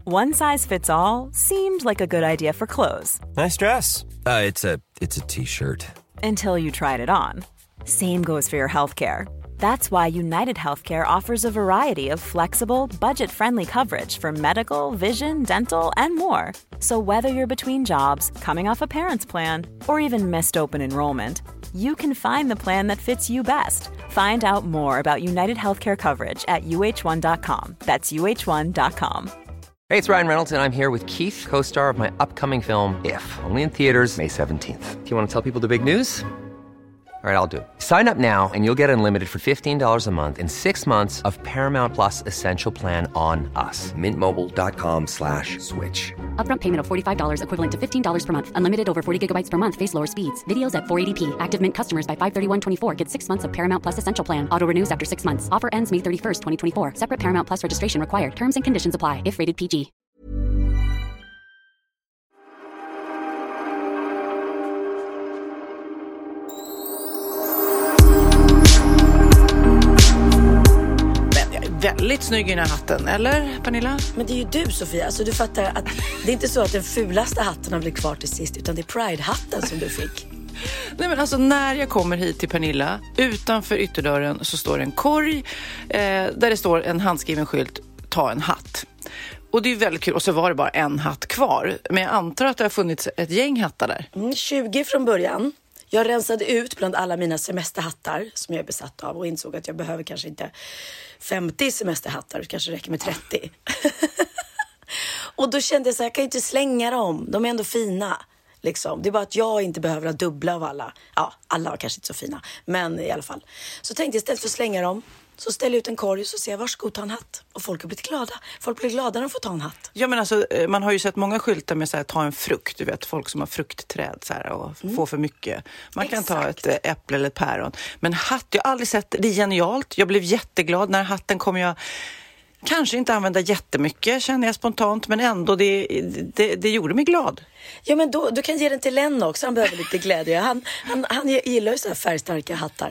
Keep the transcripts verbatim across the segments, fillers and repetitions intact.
One size fits all seemed like a good idea for clothes. Nice dress. Uh, it's a it's a t-shirt. Until you tried it on. Same goes for your healthcare. That's why United Healthcare offers a variety of flexible, budget-friendly coverage for medical, vision, dental, and more. So whether you're between jobs, coming off a parent's plan, or even missed open enrollment, you can find the plan that fits you best. Find out more about United Healthcare coverage at U H one dot com. That's U H one dot com. Hey, it's Ryan Reynolds, and I'm here with Keith, co-star of my upcoming film, If, only in theaters May seventeenth. Do you want to tell people the big news? All right, I'll do it. Sign up now and you'll get unlimited for fifteen dollars a month and six months of Paramount Plus Essential Plan on us. Mint Mobile dot com slash switch. Upfront payment of forty-five dollars equivalent to fifteen dollars per month. Unlimited over forty gigabytes per month. Face lower speeds. Videos at four eighty p. Active Mint customers by five thirty-one twenty-four get six months of Paramount Plus Essential Plan. Auto renews after six months. Offer ends May thirty-first, twenty twenty-four. Separate Paramount Plus registration required. Terms and conditions apply if rated P G. Väldigt snygg i den här hatten, eller Pernilla? Men det är ju du, Sofia. Alltså, du fattar att det är inte så att den fulaste hatten har blivit kvar till sist, utan det är Pride-hatten som du fick. Nej, men alltså när jag kommer hit till Pernilla, utanför ytterdörren så står en korg eh, där det står en handskriven skylt, ta en hatt. Och det är väldigt kul. Och så var det bara en hatt kvar. Men jag antar att det har funnits ett gäng hattar där. Mm, tjugo från början. Jag rensade ut bland alla mina semesterhattar som jag är besatt av och insåg att jag behöver kanske inte femtio semesterhattar, det kanske räcker med trettio. Och då kände jag så här, jag kan ju inte slänga dem, de är ändå fina. Liksom. Det är bara att jag inte behöver ha dubbla av alla. Ja, alla var kanske inte så fina, men i alla fall. Så tänkte jag istället för att slänga dem, så ställer jag ut en korg och så säger jag, varsågod, ta en hatt. Och folk har blivit glada. Folk blir glada när de får ta en hatt. Ja, men alltså, man har ju sett många skyltar med så här, ta en frukt. Du vet, folk som har fruktträd så här, och mm. får för mycket. Man Exakt. kan ta ett äpple eller ett päron. Men hatt, jag har aldrig sett, det är genialt. Jag blev jätteglad när hatten kommer jag kanske inte använda jättemycket, känner jag spontant. Men ändå, det, det, det gjorde mig glad. Ja, men då, du kan ge den till Len också. Han behöver lite glädje. Han, han, han gillar ju så här färgstarka hattar.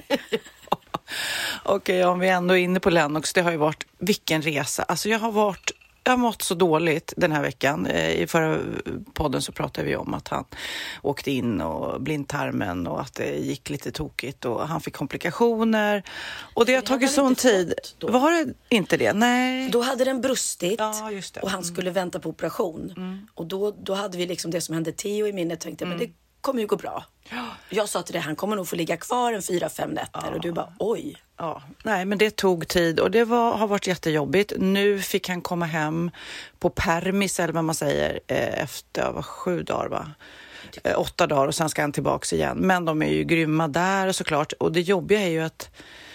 Okej, om vi ändå är inne på Lennox, det har ju varit, vilken resa. Alltså jag har varit, jag har mått så dåligt den här veckan. I förra podden så pratade vi om att han åkte in och blindtarmen och att det gick lite tokigt och han fick komplikationer. Och det har tagit sån tid. Var det inte det? Nej. Då hade den brustit, ja, just det. Och han skulle mm. vänta på operation. Mm. Och då, då hade vi liksom det som hände Theo i minnet, tänkte mm. men det kommer ju gå bra. Jag sa till dig, han kommer nog få ligga kvar en fyra, fem nätter. Ja. Och du bara, oj. Ja, nej, men det tog tid och det var, har varit jättejobbigt. Nu fick han komma hem på permis, eller vad man säger, efter var sju dagar, va? Åtta dagar och sen ska han tillbaka igen. Men de är ju grymma där såklart. Och det jobbiga är ju att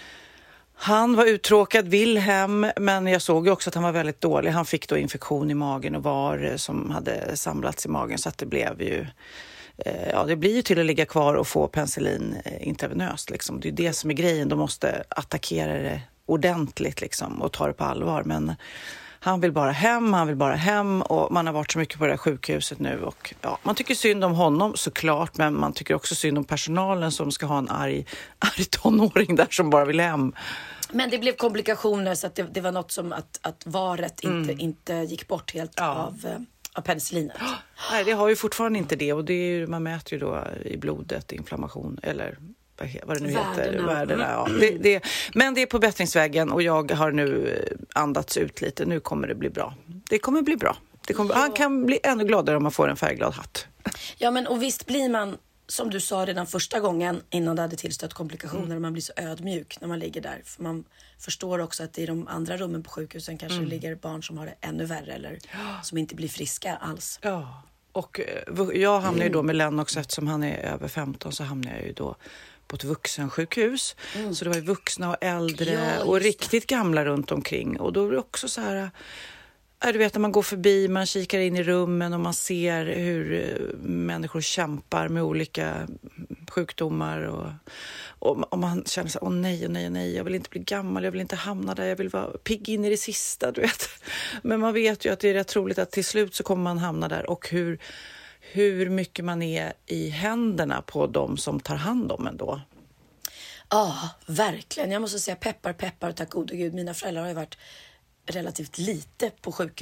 han var uttråkad, vill hem, men jag såg ju också att han var väldigt dålig. Han fick då infektion i magen och var som hade samlats i magen, så att det blev ju... Ja, det blir ju till att ligga kvar och få penicillin intravenöst liksom. Det är det som är grejen, de måste attackera det ordentligt liksom och ta det på allvar, men han vill bara hem, han vill bara hem och man har varit så mycket på det här sjukhuset nu och ja, man tycker synd om honom såklart, men man tycker också synd om personalen som ska ha en arg, arg tonåring där som bara vill hem. Men det blev komplikationer så att det, det var något som att, att varet inte, mm. inte gick bort helt ja. av... av penicillinet. Nej, det har ju fortfarande inte det och det är ju, man mäter ju då i blodet inflammation eller vad det nu heter. Värdena. Värdena, ja. det, det, men det är på bättringsvägen och jag har nu andats ut lite. Nu kommer det bli bra. Det kommer bli bra. Det kommer, ja. Han kan bli ännu gladare om man får en färgglad hatt. Ja, men och visst blir man, som du sa redan första gången innan det hade tillstött komplikationer, mm. man blir så ödmjuk när man ligger där. För man förstår också att i de andra rummen på sjukhusen kanske mm. ligger barn som har det ännu värre eller ja. som inte blir friska alls. Ja, och jag hamnar mm. ju då med Lennox, eftersom han är över femton så hamnar jag ju då på ett vuxensjukhus. Mm. Så det var ju vuxna och äldre ja, och riktigt det. gamla runt omkring. Och då är det också så här... Du vet, när man går förbi, man kikar in i rummen och man ser hur människor kämpar med olika sjukdomar och, och, och man känner så här, åh nej, åh nej, nej, jag vill inte bli gammal, jag vill inte hamna där, jag vill vara pigg in i det sista, du vet. Men man vet ju att det är rätt troligt att till slut så kommer man hamna där och hur, hur mycket man är i händerna på de som tar hand om en då. Ja, verkligen. Jag måste säga peppar, peppar, tack gode gud. Mina föräldrar har ju varit relativt lite på sjukhus.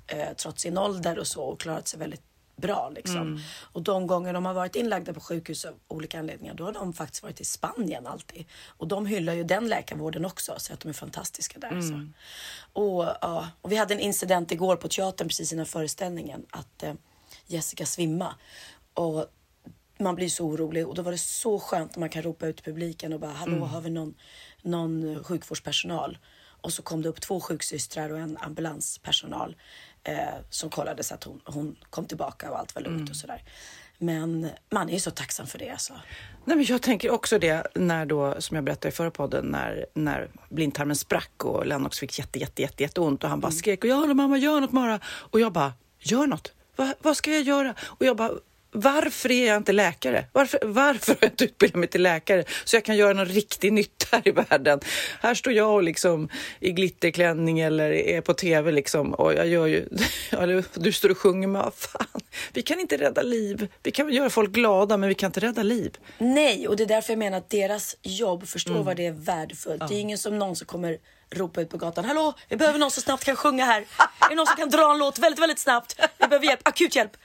eh, trots sin ålder och så, och klarat sig väldigt bra liksom. Mm. Och de gånger de har varit inlagda på sjukhus av olika anledningar, då har de faktiskt varit i Spanien alltid. Och de hyllar ju den läkarvården också, så att de är fantastiska där. Mm. Så. Och, ja, och vi hade en incident igår på teatern precis innan föreställningen, att eh, Jessica svimma. Och man blir så orolig, och då var det så skönt att man kan ropa ut i publiken och bara, hallå, mm. har vi någon, någon sjukvårdspersonal? Och så kom det upp två sjuksystrar och en ambulanspersonal eh, som kollade så att hon, hon kom tillbaka och allt var lugnt mm. och sådär. Men man är ju så tacksam för det. Alltså. Nej, men jag tänker också det när då, som jag berättade i förra podden, när, när blindtarmen sprack och Lennox fick jätte, jätte, jätte, jätte ont och han bara mm. skrek, och ja, mamma, gör något Mara. Och jag bara, gör något. Va, vad ska jag göra? Och jag bara, varför är jag inte läkare? Varför, varför har jag inte utbildat mig till läkare så jag kan göra någon riktig nytta här i världen? Här står jag liksom i glitterklänning eller är på tv liksom, och jag gör ju, du står och sjunger med, fan, vi kan inte rädda liv. Vi kan göra folk glada, men vi kan inte rädda liv. Nej, och det är därför jag menar att deras jobb, förstår mm. vad det är värdefullt. Ja. Det är ingen som någon som kommer ropa ut på gatan, hallå, vi behöver någon som snabbt kan sjunga här. Är det någon som kan dra en låt väldigt, väldigt snabbt? Vi behöver hjälp, akut hjälp.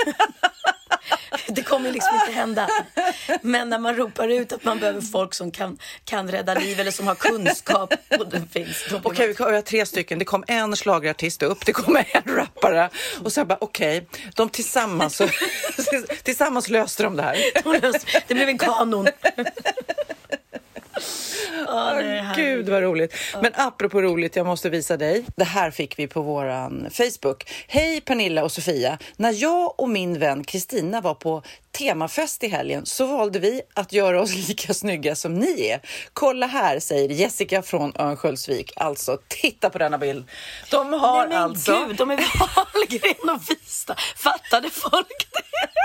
Det kommer liksom inte hända. Men när man ropar ut att man behöver folk som kan, kan rädda liv eller som har kunskap, och den finns. Okej, vi har tre stycken. Det kom en schlagerartist upp, det kom en rappare, och så bara, okej, okay, de tillsammans tillsammans löste de det här. Det blev en kanon. Åh, oh, gud vad roligt. Men apropå roligt, jag måste visa dig. Det här fick vi på våran Facebook. Hej Pernilla och Sofia. När jag och min vän Kristina var på temafest i helgen så valde vi att göra oss lika snygga som ni är. Kolla här, säger Jessica från Örnsköldsvik. Alltså, titta på denna bild. De har Nej, men alltså... Gud, de är Wahlgren och Vista. Fattade folk det?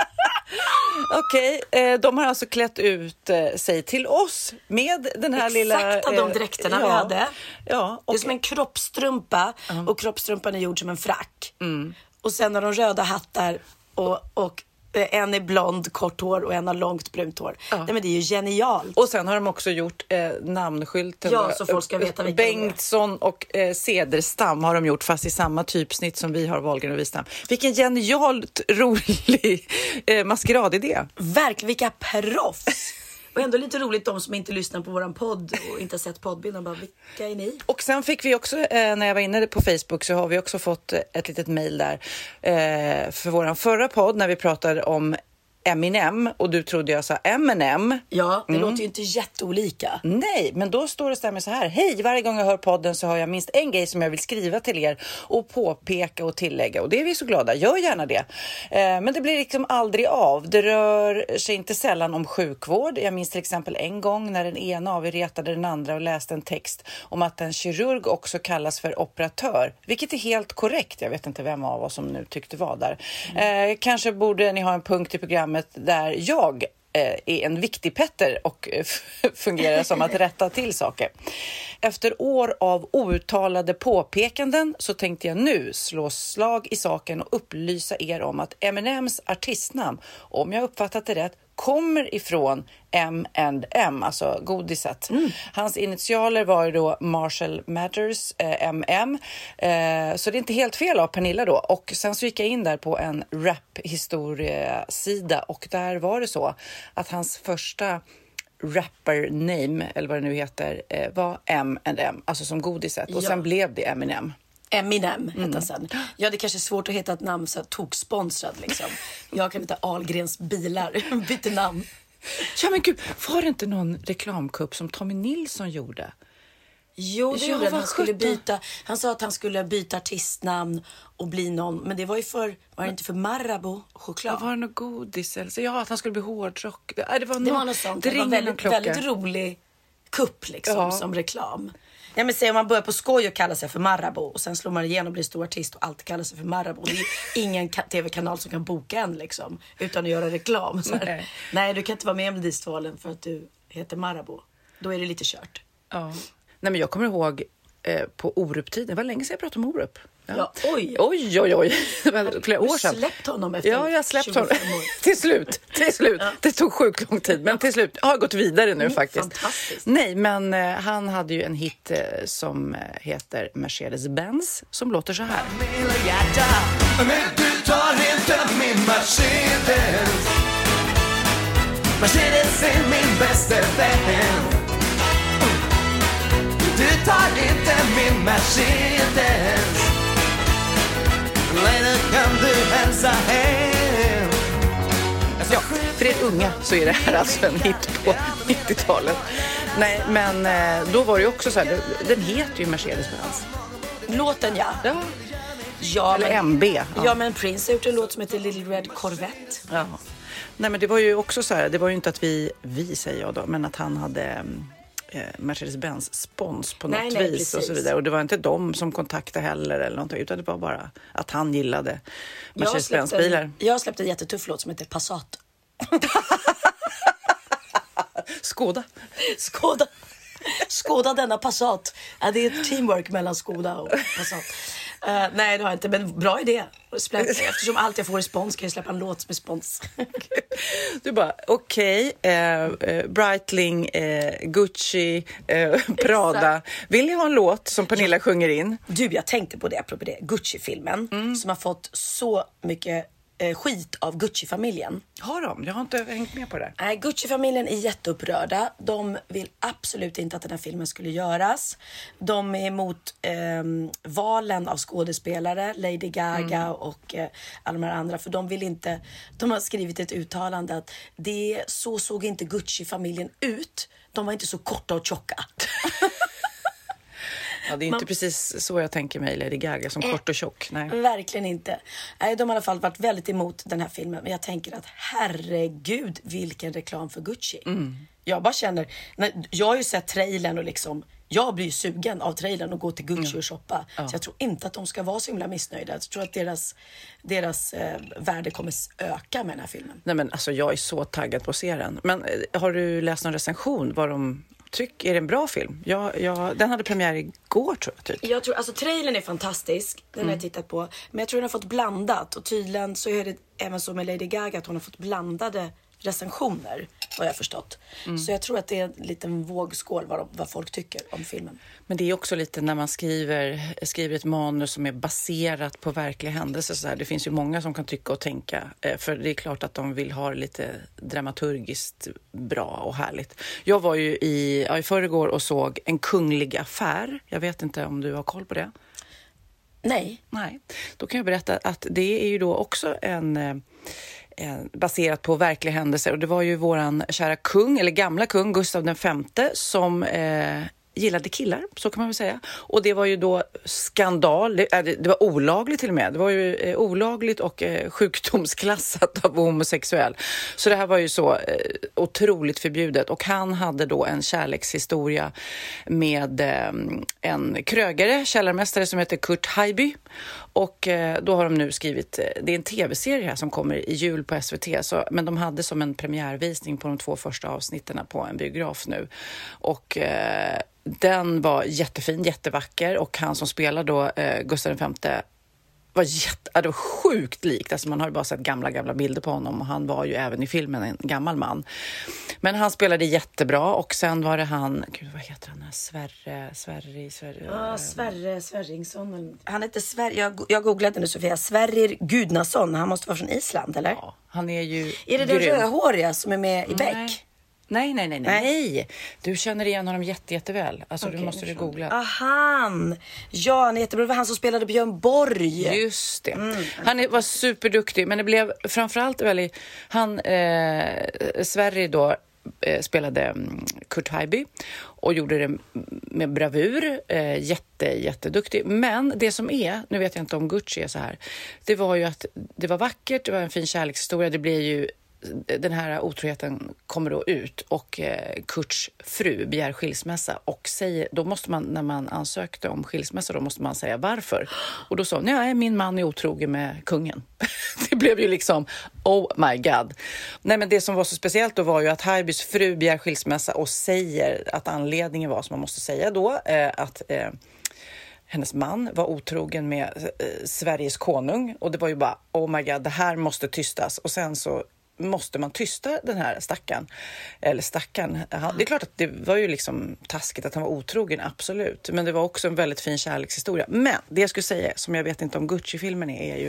Okej, okay, de har alltså klätt ut sig till oss med den här Exakt lilla... Exakt de dräkterna ja, vi hade. Ja, okay. Det är som en kroppstrumpa, mm. och kroppstrumpan är gjord som en frack. Mm. Och sen har de röda hattar och... och en är blond, kort hår, och en har långt brunt hår. Ja. Nej, men det är ju genialt. Och sen har de också gjort eh, namnskylten. Ja, så folk ska veta vilka Bengtsson och eh, Cederstam har de gjort, fast i samma typsnitt som vi har, Wahlgren och Wistam. Vilken genialt rolig eh, maskeradidé. Verkligen, vilka proffs. Och ändå lite roligt, de som inte lyssnar på våran podd och inte har sett poddbilden, bara, vilka är ni? Och sen fick vi också, eh, när jag var inne på Facebook, så har vi också fått ett litet mejl där eh, för våran förra podd när vi pratade om Eminem, och du trodde jag sa M and M. Ja, det mm. låter ju inte jätteolika. Nej, men då står det stämmer så här. Hej, varje gång jag hör podden så har jag minst en grej som jag vill skriva till er och påpeka och tillägga. Och det är vi så glada, gör gärna det. Eh, men det blir liksom aldrig av. Det rör sig inte sällan om sjukvård. Jag minns till exempel en gång när den ena av er retade den andra och läste en text om att en kirurg också kallas för operatör. Vilket är helt korrekt. Jag vet inte vem av oss som nu tyckte var där. Mm. Eh, kanske borde ni ha en punkt i programmet där jag eh, är en viktig Petter och f- fungerar som att rätta till saker. Efter år av outtalade påpekanden så tänkte jag nu slå slag i saken och upplysa er om att Eminems artistnamn, om jag uppfattat det rätt, kommer ifrån M and M, alltså godiset. Mm. Hans initialer var ju då Marshall Mathers, eh, M M. Eh, så det är inte helt fel av Pernilla då. Och sen så gick jag in där på en rap-historiesida, och där var det så att hans första rapper name, eller vad det nu heter, eh, var M and M, alltså som godiset. Och ja. Sen blev det Eminem. Eminem hette mm. sen. Ja, det kanske är svårt att hitta ett namn så tog sponsrad liksom. Jag kan inte Ahlgrens bilar. Bytte namn. Ja, men gud, var det inte någon reklamkupp som Tommy Nilsson gjorde? Jo, det gjorde han. Skulle byta, han sa att han skulle byta artistnamn och bli någon, men det var ju för, var det inte för Marabou choklad? Ja, var det något godis? Eller? Ja, att han skulle bli hårdrock. Det, det, var, det någon, var något sånt. Det, det var väldigt, väldigt rolig kupp liksom, ja. Som reklam. Ja, men säg om man börjar på skoj och kallar sig för Marabou och sen slår man igenom och blir stor artist och alltid kallar sig för Marabou. Det är ju ingen tv-kanal som kan boka en liksom, utan att göra reklam. Så här. Nej. Nej, du kan inte vara med i Melodifestivalen för att du heter Marabou. Då är det lite kört. Ja. Nej, men jag kommer ihåg eh, på Orup-tiden. Det var länge sedan jag pratade om Orup. Ja. Ja, oj. Oj, oj, oj. Flera år sedan. Du släppt honom efter Ja, jag har släppt honom. tjugofem år. till slut. Till slut. Ja. Det tog sjukt lång tid, men till slut. Jag har gått vidare nu Mm, faktiskt. fantastiskt. Nej, men eh, han hade ju en hit eh, som eh, heter Mercedes-Benz, som låter så här. Men du tar inte min Mercedes. Mercedes är min bästa vän. Du tar inte min Mercedes. Later kan du hälsa hem. Ja, för er unga så är det här alltså en hit på nittiotalet. Nej, men eh, då var det ju också så här, den heter ju Mercedes-Benz. Låten, ja. Ja. ja Eller men, M B. Ja. Ja. men Prince har gjort en låt som heter Little Red Corvette. Ja. Nej, men det var ju också så här, det var ju inte att vi, vi säger jag då, men att han hade eh, Mercedes-Benz spons på något Nej, nej, vis och precis. så vidare. Och det var inte de som kontaktade heller eller någonting, utan det var bara att han gillade Jag har släppt en- Mercedes-Benz-bilar. Jag har släppt en jättetuff låt som heter Passat. Skoda. Skåda. Skåda denna Passat. Ja, det är ett teamwork mellan Skoda och Passat. Uh, nej, det har jag inte, men bra idé. Eftersom allt jag får är spons kan jag släppa en låt med spons. Du bara, okej, okay, eh, eh, Breitling, eh, Gucci, eh, Prada. Vill ni ha en låt som Pernilla sjunger in? Du, jag tänkte på det apropå det. Gucci-filmen Mm. som har fått så mycket eh, skit av Gucci-familjen. Har de? Jag har inte hängt med på det. Nej, Gucci-familjen är jätteupprörda. De vill absolut inte att den här filmen skulle göras. De är emot eh, valen av skådespelare, Lady Gaga Mm. och eh, alla de här andra. För de vill inte, de har skrivit ett uttalande att det, så såg inte Gucci-familjen ut. De var inte så korta och tjocka. Ja, det är inte Man- precis så jag tänker mig Lady Gaga, som kort och tjock. Nej. Verkligen inte. Nej, de har i alla fall varit väldigt emot den här filmen. Men jag tänker att herregud, vilken reklam för Gucci. Mm. Jag bara känner, när, jag har ju sett trailern och liksom, jag blir ju sugen av trailern och gå till Gucci och shoppa. Så jag tror inte att de ska vara så himla missnöjda. Jag tror att deras, deras eh, värde kommer öka med den här filmen. Nej, men alltså jag är så taggad på att se den. Men eh, har du läst någon recension? Vad de tycker? Är det en bra film? Jag, jag, den hade premiär igår, tror jag, typ. Jag tror, alltså trailern är fantastisk, den har jag tittat på. Men jag tror den har fått blandat. Och tydligen så är det även så med Lady Gaga att hon har fått blandade recensioner, vad jag förstått. Så jag tror att det är en liten vågskål vad, de, vad folk tycker om filmen. Men det är också lite när man skriver, skriver ett manus som är baserat på verkliga händelser. Så här. Det finns ju många som kan tycka och tänka. Eh, för det är klart att de vill ha lite dramaturgiskt bra och härligt. Jag var ju i, ja, i förrgår och såg En kunglig affär. Jag vet inte om du har koll på det. Nej. Nej, då kan jag berätta att det är ju då också en, eh, en baserat på verkliga händelser. Och det var ju våran kära kung, eller gamla kung, Gustav den femte, som eh, gillade killar, så kan man väl säga. Och det var ju då skandal, det, äh, det var olagligt till och med. Det var ju eh, olagligt och eh, sjukdomsklassat av homosexuell. Så det här var ju så eh, otroligt förbjudet. Och han hade då en kärlekshistoria med eh, en krögare, källarmästare som heter Kurt Haijby. Och eh, då har de nu skrivit, eh, det är en tv-serie här som kommer i jul på S V T. Så, men de hade som en premiärvisning på de två första avsnitten på en biograf nu. Och eh, den var jättefin, jättevacker. Och han som spelar då, eh, Gustav den femte, var jätte, ja, det var sjukt likt. Alltså man har ju bara sett gamla, gamla bilder på honom. Och han var ju även i filmen en gammal man. Men han spelade jättebra. Och sen var det han, gud vad heter han? Sverre, Sverre, Sverre. Ja, Sverre Sverringsson. Han heter Sverre, jag, jag googlade nu Sofia. Sverrir Gudnason. Han måste vara från Island, eller? Ja, han är ju Är det den grym. rödhåriga som är med i Beck? Nej, nej, nej, nej, Nej. nej. Du känner igen honom jätte, jättebel. Alltså, Okej, du måste nu du känner googla. Ah, han! Ja, han är jättebra. Det var han som spelade Björn Borg. Just det. Han är, var superduktig, men det blev framförallt väldigt... Han, eh, Sverige då, eh, spelade mm, Kurt Haijby och gjorde det med bravur. Eh, jätte, jätteduktig. Men det som är, nu vet jag inte om Gucci är så här, det var ju att det var vackert, det var en fin kärlekshistoria, det blir ju den här otroheten kommer då ut och eh, Kurts fru begär skilsmässa och säger, då måste man, när man ansökte om skilsmässa, då måste man säga varför. Och då sa nej, min man är otrogen med kungen. Det blev ju liksom, oh my god. Nej, men det som var så speciellt då var ju att Haijbys fru begär skilsmässa och säger att anledningen var, som man måste säga då, eh, att eh, hennes man var otrogen med eh, Sveriges konung. Och det var ju bara, oh my god, det här måste tystas. Och sen så måste man tysta den här stackaren. Eller stackaren. Han, det är klart att det var ju liksom taskigt att han var otrogen, absolut. Men det var också en väldigt fin kärlekshistoria. Men det jag skulle säga, som jag vet inte om Gucci-filmen är, är ju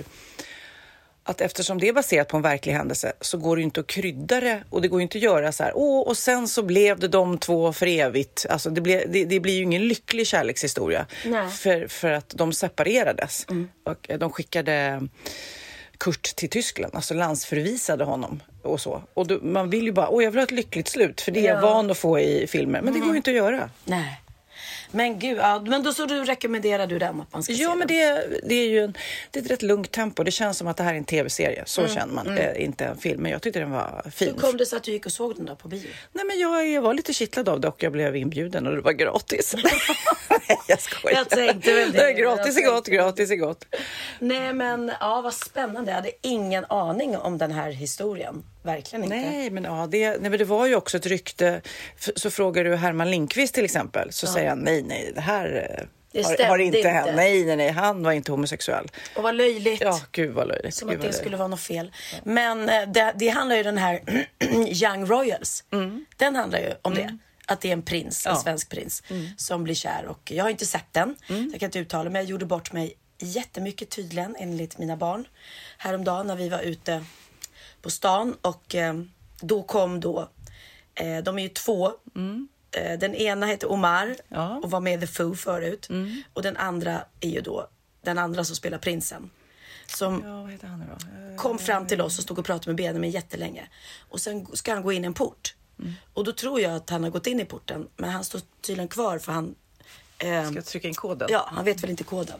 att eftersom det är baserat på en verklig händelse så går det ju inte att krydda det. Och det går ju inte att göra så här, åh, och sen så blev det de två för evigt. Alltså det, ble, det, det blir ju ingen lycklig kärlekshistoria. Nej. För, för att de separerades. Mm. Och de skickade Kurt till Tyskland, alltså landsförvisade honom och så. Och då, man vill ju bara, åh, jag vill ha ett lyckligt slut, för det är jag van att få i filmer. Men det går ju inte att göra. Nej. Men gud, ja, men då så du rekommenderar du den att man ska ja, se men det, det är ju en, det är ett rätt lugnt tempo. Det känns som att det här är en tv-serie. Så mm, känner man, mm. eh, inte en film. Men jag tyckte den var fin. Hur kom det så att du gick och såg den då på bio? Nej, men jag, jag var lite kittlad av det och jag blev inbjuden och det var gratis. Nej, jag skojar. Jag tänkte väl det. det gratis är gott, gratis är gott. Nej, men ja, vad spännande. Jag hade ingen aning om den här historien. Verkligen inte. Nej, men, ja, det, nej, men det var ju också ett rykte. Så frågar du Herman Lindqvist till exempel, så ja. säger han nej, nej, det här det har, har inte, inte hänt. Nej, nej, nej, han var inte homosexuell. Och vad löjligt. Ja, gud vad löjligt. Som gud, att det löjligt. skulle vara något fel. Ja. Men det, det handlar ju den här Young Royals. Mm. Den handlar ju om mm. det. Att det är en prins, en ja. svensk prins, mm. som blir kär. Och jag har inte sett den. Mm. Jag kan inte uttala mig. Jag gjorde bort mig jättemycket tydligen, enligt mina barn. Häromdagen när vi var ute på stan. Och eh, då kom då, eh, de är ju två. Mm. Eh, den ena heter Omar ja. och var med The Foo förut. Mm. Och den andra är ju då den andra som spelar prinsen. Som ja, vad heter han då? kom fram till oss och stod och pratade med Benjamin jättelänge. Och sen ska han gå in i en port. Mm. Och då tror jag att han har gått in i porten. Men han står tydligen kvar för han... Eh, ska trycka in koden? Ja, han vet väl inte koden.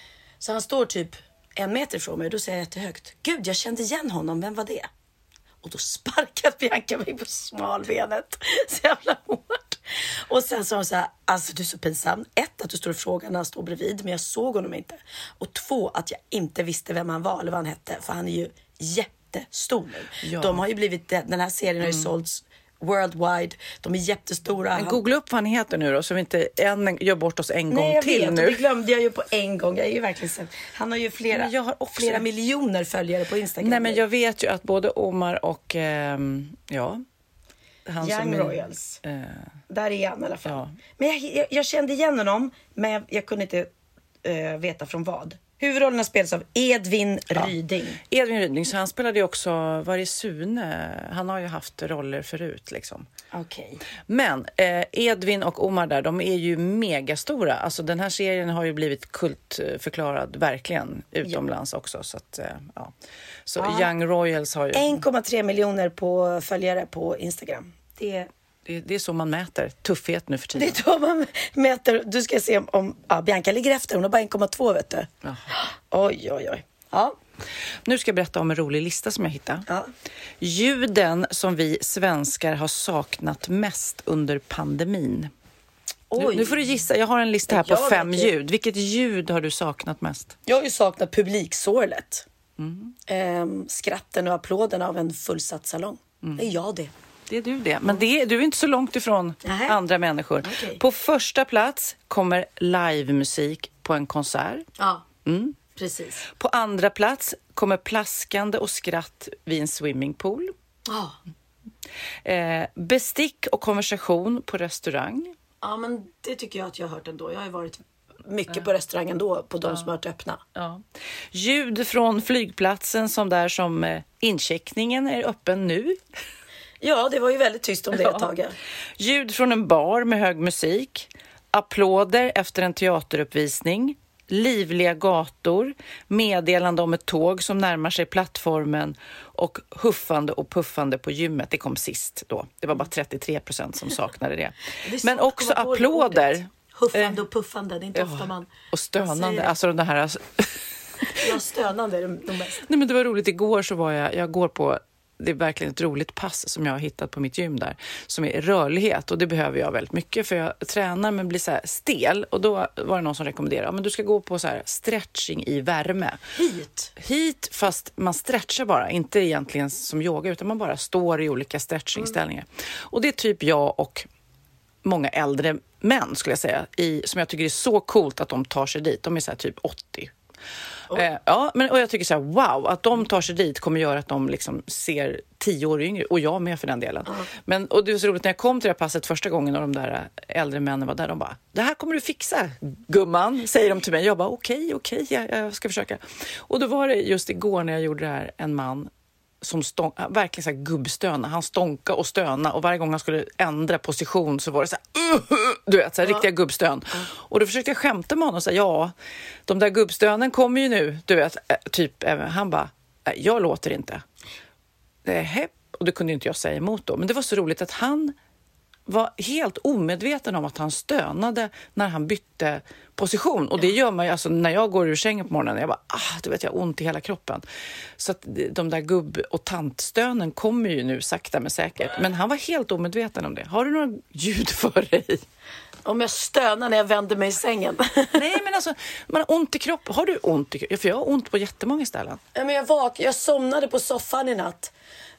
Så han står typ en meter från mig och då säger jag jättehögt: Gud, jag kände igen honom, vem var det? Och då sparkade Bianca mig på smalbenet så jävla hårt. Och sen sa hon så här: alltså du är så pinsam. Ett, att du står och frågar när han står bredvid, men jag såg honom inte. Och två, att jag inte visste vem han var eller vad han hette. För han är ju jättestor nu. Ja. De har ju blivit, den här serien har ju mm. sålts worldwide. De är jättestora. Men googla upp vad han heter nu då, så vi inte än gör bort oss en Nej, gång jag till vet, nu. Det glömde jag ju på en gång. Jag är ju verkligen så. Han har ju flera, jag har också... flera miljoner följare på Instagram. Nej, men jag vet ju att både Omar och ehm, ja, han Young som Royals. Är, äh... Där är han i alla fall. Ja. Men jag, jag, jag kände igen honom, men jag, jag kunde inte äh, veta från vad. Huvudrollerna spelas av Edvin Ryding. Ja. Edvin Ryding, så han spelade ju också, var det Sune? Han har ju haft roller förut liksom. Okej. Okay. Men eh, Edvin och Omar där, de är ju megastora. Alltså den här serien har ju blivit kultförklarad verkligen utomlands ja. också. Så att, eh, ja. Så ja. Young Royals har ju... en komma tre miljoner på följare på Instagram. Det Det, det är så man mäter tuffhet nu för tiden. Det är så man mäter. Du ska se om, om ja, Bianca ligger efter. Hon har bara en komma två, vet du. Jaha. Oj, oj, oj. Ja. Nu ska jag berätta om en rolig lista som jag hittade. Ja. Ljuden som vi svenskar har saknat mest under pandemin. Oj. Nu, nu får du gissa. Jag har en lista här på jag fem ljud. Vilket ljud har du saknat mest? Jag har ju saknat publiksåret. Mm. Ehm, skratten och applåderna av en fullsatt salong. Mm. Det är jag det. Det är du det. Men det är, du är inte så långt ifrån Nähe. andra människor. Okay. På första plats kommer livemusik på en konsert. Ja, mm. precis. På andra plats kommer plaskande och skratt vid en swimmingpool. Ja. Eh, bestick och konversation på restaurang. Ja, men det tycker jag att jag har hört ändå. Jag har ju varit mycket ja. på restaurangen då, på de ja. som har varit öppna. Ja. Ljud från flygplatsen som där som eh, incheckningen är öppen nu. Ja, det var ju väldigt tyst om det ett tag. Ljud från en bar med hög musik. Applåder efter en teateruppvisning. Livliga gator. Meddelande om ett tåg som närmar sig plattformen. Och huffande och puffande på gymmet. Det kom sist då. Det var bara trettiotre procent som saknade det. det Men också applåder. Huffande och puffande, det är inte ja, ofta man... Och stönande, alltså den här... Alltså... ja, stönande är de mest. Nej, men det var roligt. Igår så var jag... Jag går på... Det är verkligen ett roligt pass som jag har hittat på mitt gym där. Som är rörlighet. Och det behöver jag väldigt mycket. För jag tränar men blir så här stel. Och då var det någon som rekommenderade. Men du ska gå på så här stretching i värme. Hit? Hit, fast man stretchar bara. Inte egentligen som yoga. Utan man bara står i olika stretchingställningar. Mm. Och det är typ jag och många äldre män skulle jag säga, i, som jag tycker är så coolt att de tar sig dit. De är så här typ åttio. Oh. Eh, ja, men, och jag tycker så här, wow, att de tar sig dit kommer göra att de liksom ser tio år yngre, och jag med för den delen. Uh. Men, och det var så roligt, när jag kom till det här passet första gången och de där äldre männen var där, de bara, det här kommer du fixa, gumman, säger de till mig. Jag bara, okej, okej, jag, jag ska försöka. Och då var det just igår när jag gjorde det här, en man som stång, verkligen så här gubbstöna. Han stånka och stöna, och varje gång han skulle ändra position så var det så här, uh, uh, du vet, så här, ja. Riktiga gubbstön. Ja. Och då försökte jag skämta med honom och säga, ja, de där gubbstönen kommer ju nu, du vet, typ, han bara, jag låter inte. Det är hepp, och det kunde inte jag säga emot då. Men det var så roligt att han var helt omedveten om att han stönade när han bytte position. Och det gör man ju, alltså när jag går ur sängen på morgonen, jag bara, ah, du vet, jag har ont i hela kroppen. Så att de där gubb- och tantstönen kommer ju nu sakta men säkert. Men han var helt omedveten om det. Har du några ljud för dig? Om jag stönar när jag vänder mig i sängen. Nej, men alltså, man har ont i kroppen. Har du ont i kroppen? För jag har ont på jättemånga ställen. Ja, men jag, vak- jag somnade på soffan i natt.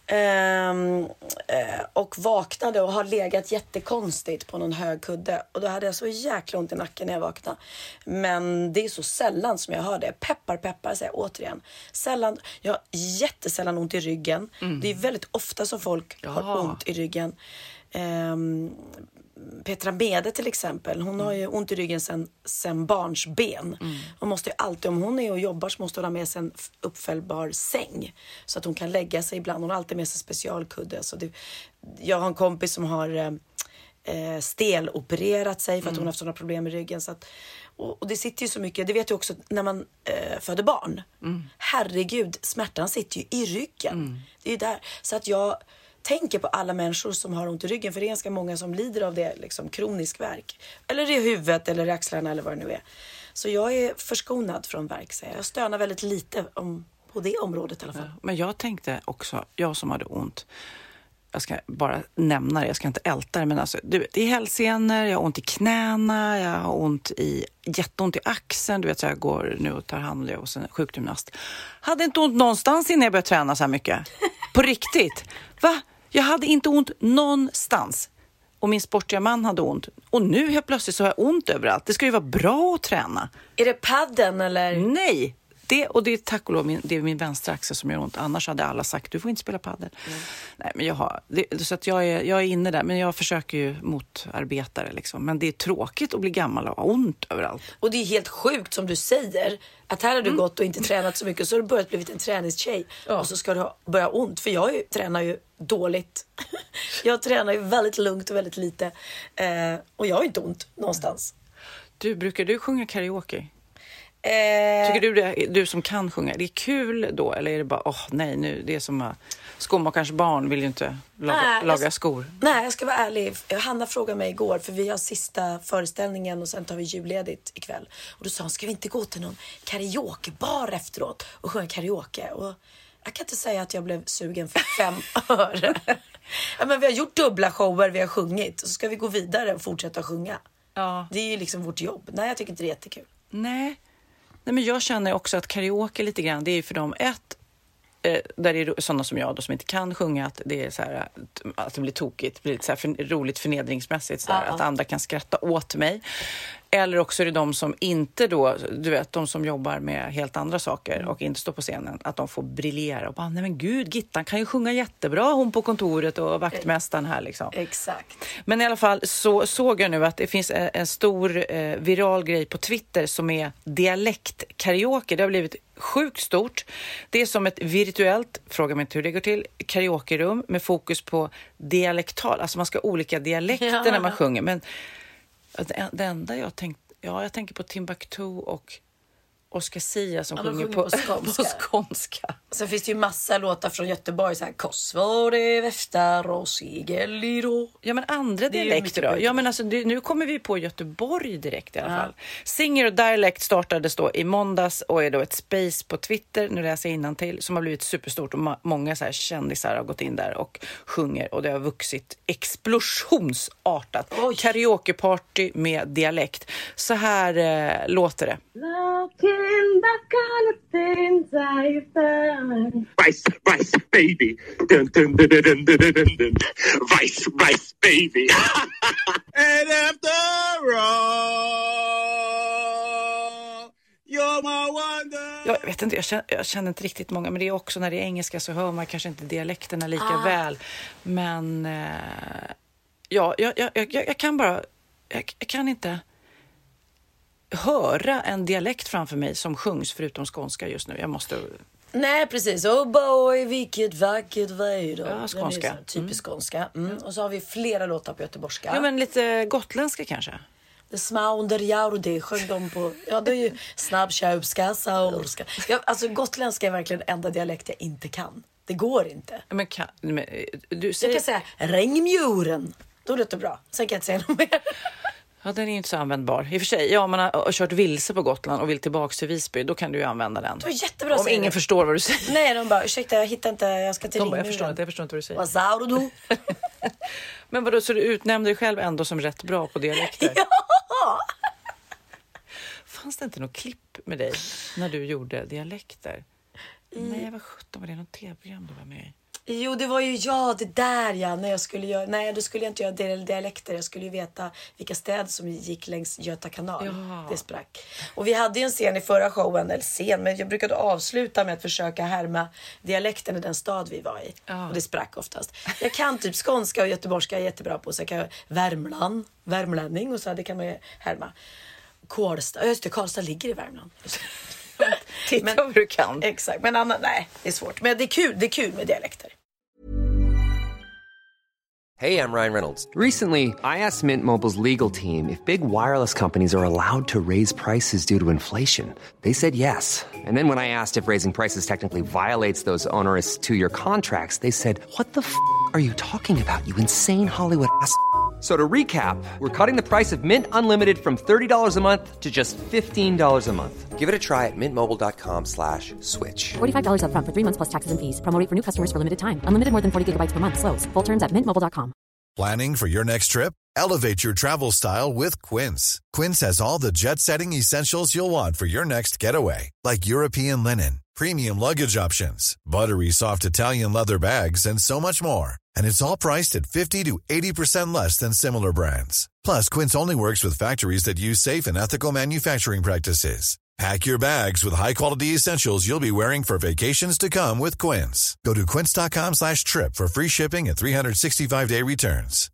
Ehm, eh, och vaknade och har legat jättekonstigt på någon hög kudde. Och då hade jag så jäkla ont i nacken när jag vaknade. Men det är så sällan som jag hör det. Peppar, peppar, säger jag återigen. Sällan, jag har jättesällan ont i ryggen. Mm. Det är väldigt ofta som folk ja. har ont i ryggen. Ehm, Petra Mede till exempel, hon mm. har ju ont i ryggen sen, sen barns ben. Mm. Hon måste ju alltid, om hon är och jobbar så måste hon ha med sig en uppfällbar säng. Så att hon kan lägga sig ibland. Hon har alltid med sig specialkudde. Så det, jag har en kompis som har eh, stelopererat sig för att mm. hon har haft sådana problem med ryggen. Så att, och, och det sitter ju så mycket, det vet jag också när man eh, föder barn. Mm. Herregud, smärtan sitter ju i ryggen. Mm. Det är ju där. Så att jag tänker på alla människor som har ont i ryggen, för det är ganska många som lider av det, liksom kronisk värk. Eller i huvudet eller i axlarna eller vad det nu är. Så jag är förskonad från värk, så jag stönar väldigt lite om, på det området i alla fall. Ja, men jag tänkte också, jag som hade ont, jag ska bara nämna det, jag ska inte älta det, men alltså, du vet, i hälsenor, jag har ont i knäna, jag har ont i, jätteont i axeln, du vet, så jag går nu och tar handling och sen sjukgymnast. Hade inte ont någonstans innan jag började träna så här mycket. På riktigt. Va? Jag hade inte ont någonstans. Och min sportiga man hade ont. Och nu helt plötsligt så har jag ont överallt. Det ska ju vara bra att träna. Är det padden eller? Nej. Det, och det är tack och lov min, det är min vänstra axel som gör ont. Annars hade alla sagt, du får inte spela paddel. Mm. Nej, men jag har, det, så att jag är, jag är inne där. Men jag försöker ju motarbeta det liksom. Men det är tråkigt att bli gammal och ha ont överallt. Och det är helt sjukt som du säger. Att här har du mm. gått och inte tränat så mycket. Och så har du börjat blivit en träningstjej. Ja. Och så ska du ha, börja ha ont. För jag ju, tränar ju dåligt. Jag tränar ju väldigt lugnt och väldigt lite. Eh, och jag har ju inte ont någonstans. Du, brukar du sjunga karaoke? Eh... Tycker du det, du som kan sjunga, det är kul då? Eller är det bara, åh oh, nej, nu det är som att skomakarens barn vill ju inte laga, nej, laga jag, skor. Nej, jag ska vara ärlig. Hanna frågade mig igår, för vi har sista föreställningen och sen tar vi julledigt ikväll. Och då sa hon, ska vi inte gå till någon karaokebar efteråt och sjunga karaoke? Och jag kan inte säga att jag blev sugen för fem öre. Ja, men vi har gjort dubbla shower, vi har sjungit. Så ska vi gå vidare och fortsätta sjunga. Ja. Det är ju liksom vårt jobb. Nej, jag tycker inte det är jättekul. Nej. Nej, men jag känner också att karaoke lite grann, det är för dem ett, eh, där det är sådana som jag då som inte kan sjunga, att det är så här, att det blir tokigt, det blir lite så här för, roligt förnedringsmässigt, så här, uh-huh. att andra kan skratta åt mig. Eller också är det de som inte då, du vet, de som jobbar med helt andra saker mm. och inte står på scenen, att de får briljera och bara, nej men gud, Gittan kan ju sjunga jättebra, hon på kontoret och vaktmästaren här liksom. Exakt. Men i alla fall så såg jag nu att det finns en, en stor eh, viral grej på Twitter som är dialektkaraoke. Det har blivit sjukt stort. Det är som ett virtuellt, fråga mig inte hur det går till, karaokerum med fokus på dialektal. Alltså man ska ha olika dialekter ja. när man sjunger, men Det, det enda jag tänkt, ja, jag tänker på Timbuktu och Oscar Sia som ja, sjunger, sjunger på, på skånska. på skånska. Sen finns det ju massa låtar från Göteborg, så här Kosvare, Väftar och Sigelido. Ja, men andra dialekter då. Ja, men alltså det, nu kommer vi på Göteborg direkt i alla ja. fall. Singer och Dialect startades då i måndags och är då ett space på Twitter, nu läser jag innantill, som har blivit superstort och ma- många så här kändisar har gått in där och sjunger och det har vuxit explosionsartat. Oj. Karaokeparty med dialekt. Så här eh, låter det. Looking back on the things I felt Rice, rice, baby. Dun, dun, dun, dun, dun, dun, dun, dun. Rice, rice, baby. And after all, you're my wonder. Jag vet inte, jag känner, jag känner inte riktigt många, men det är också när det är engelska så hör man kanske inte dialekterna lika Ah. väl. Men eh, ja, jag, jag, jag, jag kan bara, jag, jag kan inte höra en dialekt framför mig som sjungs förutom skånska just nu. Jag måste... Nej, precis. Oh boy, vilket vackert väder. Ja, skånska. Den är så typiskt skånska. Mm. Och så har vi flera låtar på göteborgska. Ja, men lite gotländska kanske. Det smaunder jaurdi sjöng de på. Ja, det är ju snabbköpska, saurska. Ja, alltså gotländska är verkligen den enda dialekt jag inte kan. Det går inte. Men kan, men, du säger... Jag kan säga regnmjuren. Då låter det bra. Sen kan jag inte säga något mer. Ja, den är ju inte så användbar. I och för sig, ja, om man har kört vilse på Gotland och vill tillbaka till Visby, då kan du ju använda den. Det var jättebra. Om ingen det. förstår vad du säger. Nej, de bara, ursäkta, jag hittar inte, jag ska till de bara, jag ringmuren. förstår inte, jag förstår inte vad du säger. Vad sa du? Men vadå, så du utnämnde dig själv ändå som rätt bra på dialekter? Ja! Fanns det inte något klipp med dig när du gjorde dialekter? Mm. Nej, vad sjutton, var det något tv-program du var med i? Jo, det var ju ja, det där ja, när jag skulle göra, nej, då skulle jag inte göra dialekter, jag skulle ju veta vilka städer som gick längs Göta kanal. Ja. Det sprack. Och vi hade ju en scen i förra showen, eller scen, men jag brukade avsluta med att försöka härma dialekten i den stad vi var i. Ja. Och det sprack oftast. Jag kan typ skånska och göteborgska jättebra på, så jag kan Värmland, värmlänning, och så det kan man ju härma. Karlstad, just det, Karlstad ligger i Värmland. Titta men, vad du kan. Exakt, men annan, nej, det är svårt. Men det är kul, det är kul med dialekter. Hey, I'm Ryan Reynolds. Recently, I asked Mint Mobile's legal team if big wireless companies are allowed to raise prices due to inflation. They said yes. And then when I asked if raising prices technically violates those onerous two-year contracts, they said, "What the f*** are you talking about, you insane Hollywood ass?" So to recap, we're cutting the price of Mint Unlimited from thirty dollars a month to just fifteen dollars a month. Give it a try at mintmobile.com slash switch. forty-five dollars up front for three months plus taxes and fees. Promo rate for new customers for limited time. Unlimited more than forty gigabytes per month. Slows full terms at mint mobile dot com. Planning for your next trip? Elevate your travel style with Quince. Quince has all the jet-setting essentials you'll want for your next getaway, like European linen, premium luggage options, buttery soft Italian leather bags, and so much more. And it's all priced at fifty to eighty percent less than similar brands. Plus, Quince only works with factories that use safe and ethical manufacturing practices. Pack your bags with high-quality essentials you'll be wearing for vacations to come with Quince. Go to quince.com slash trip for free shipping and three sixty-five day returns.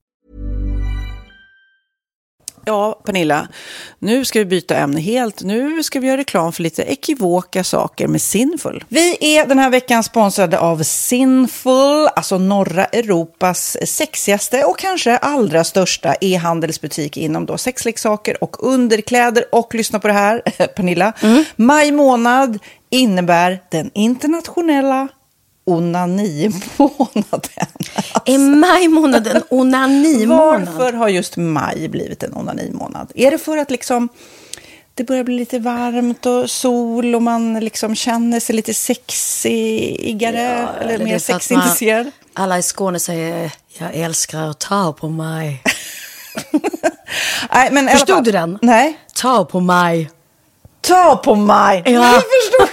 Ja, Pernilla, nu ska vi byta ämne helt. Nu ska vi göra reklam för lite ekivoka saker med Sinful. Vi är den här veckan sponsrade av Sinful, alltså norra Europas sexigaste och kanske allra största e-handelsbutik inom då sexleksaker och underkläder. Och lyssna på det här, Pernilla. Mm. Maj månad innebär den internationella onani-månaden. Alltså. Är maj-månaden onani-månad? Varför har just maj blivit en onani-månad? Är det för att liksom det börjar bli lite varmt och sol och man liksom känner sig lite sexigare, ja, eller, eller mer sexintresserad? Alla i Skåne säger, jag älskar att ta på mig. Nej, men förstod du den? Nej. Ta på mig. Ta på mig. Ja. Jag förstod.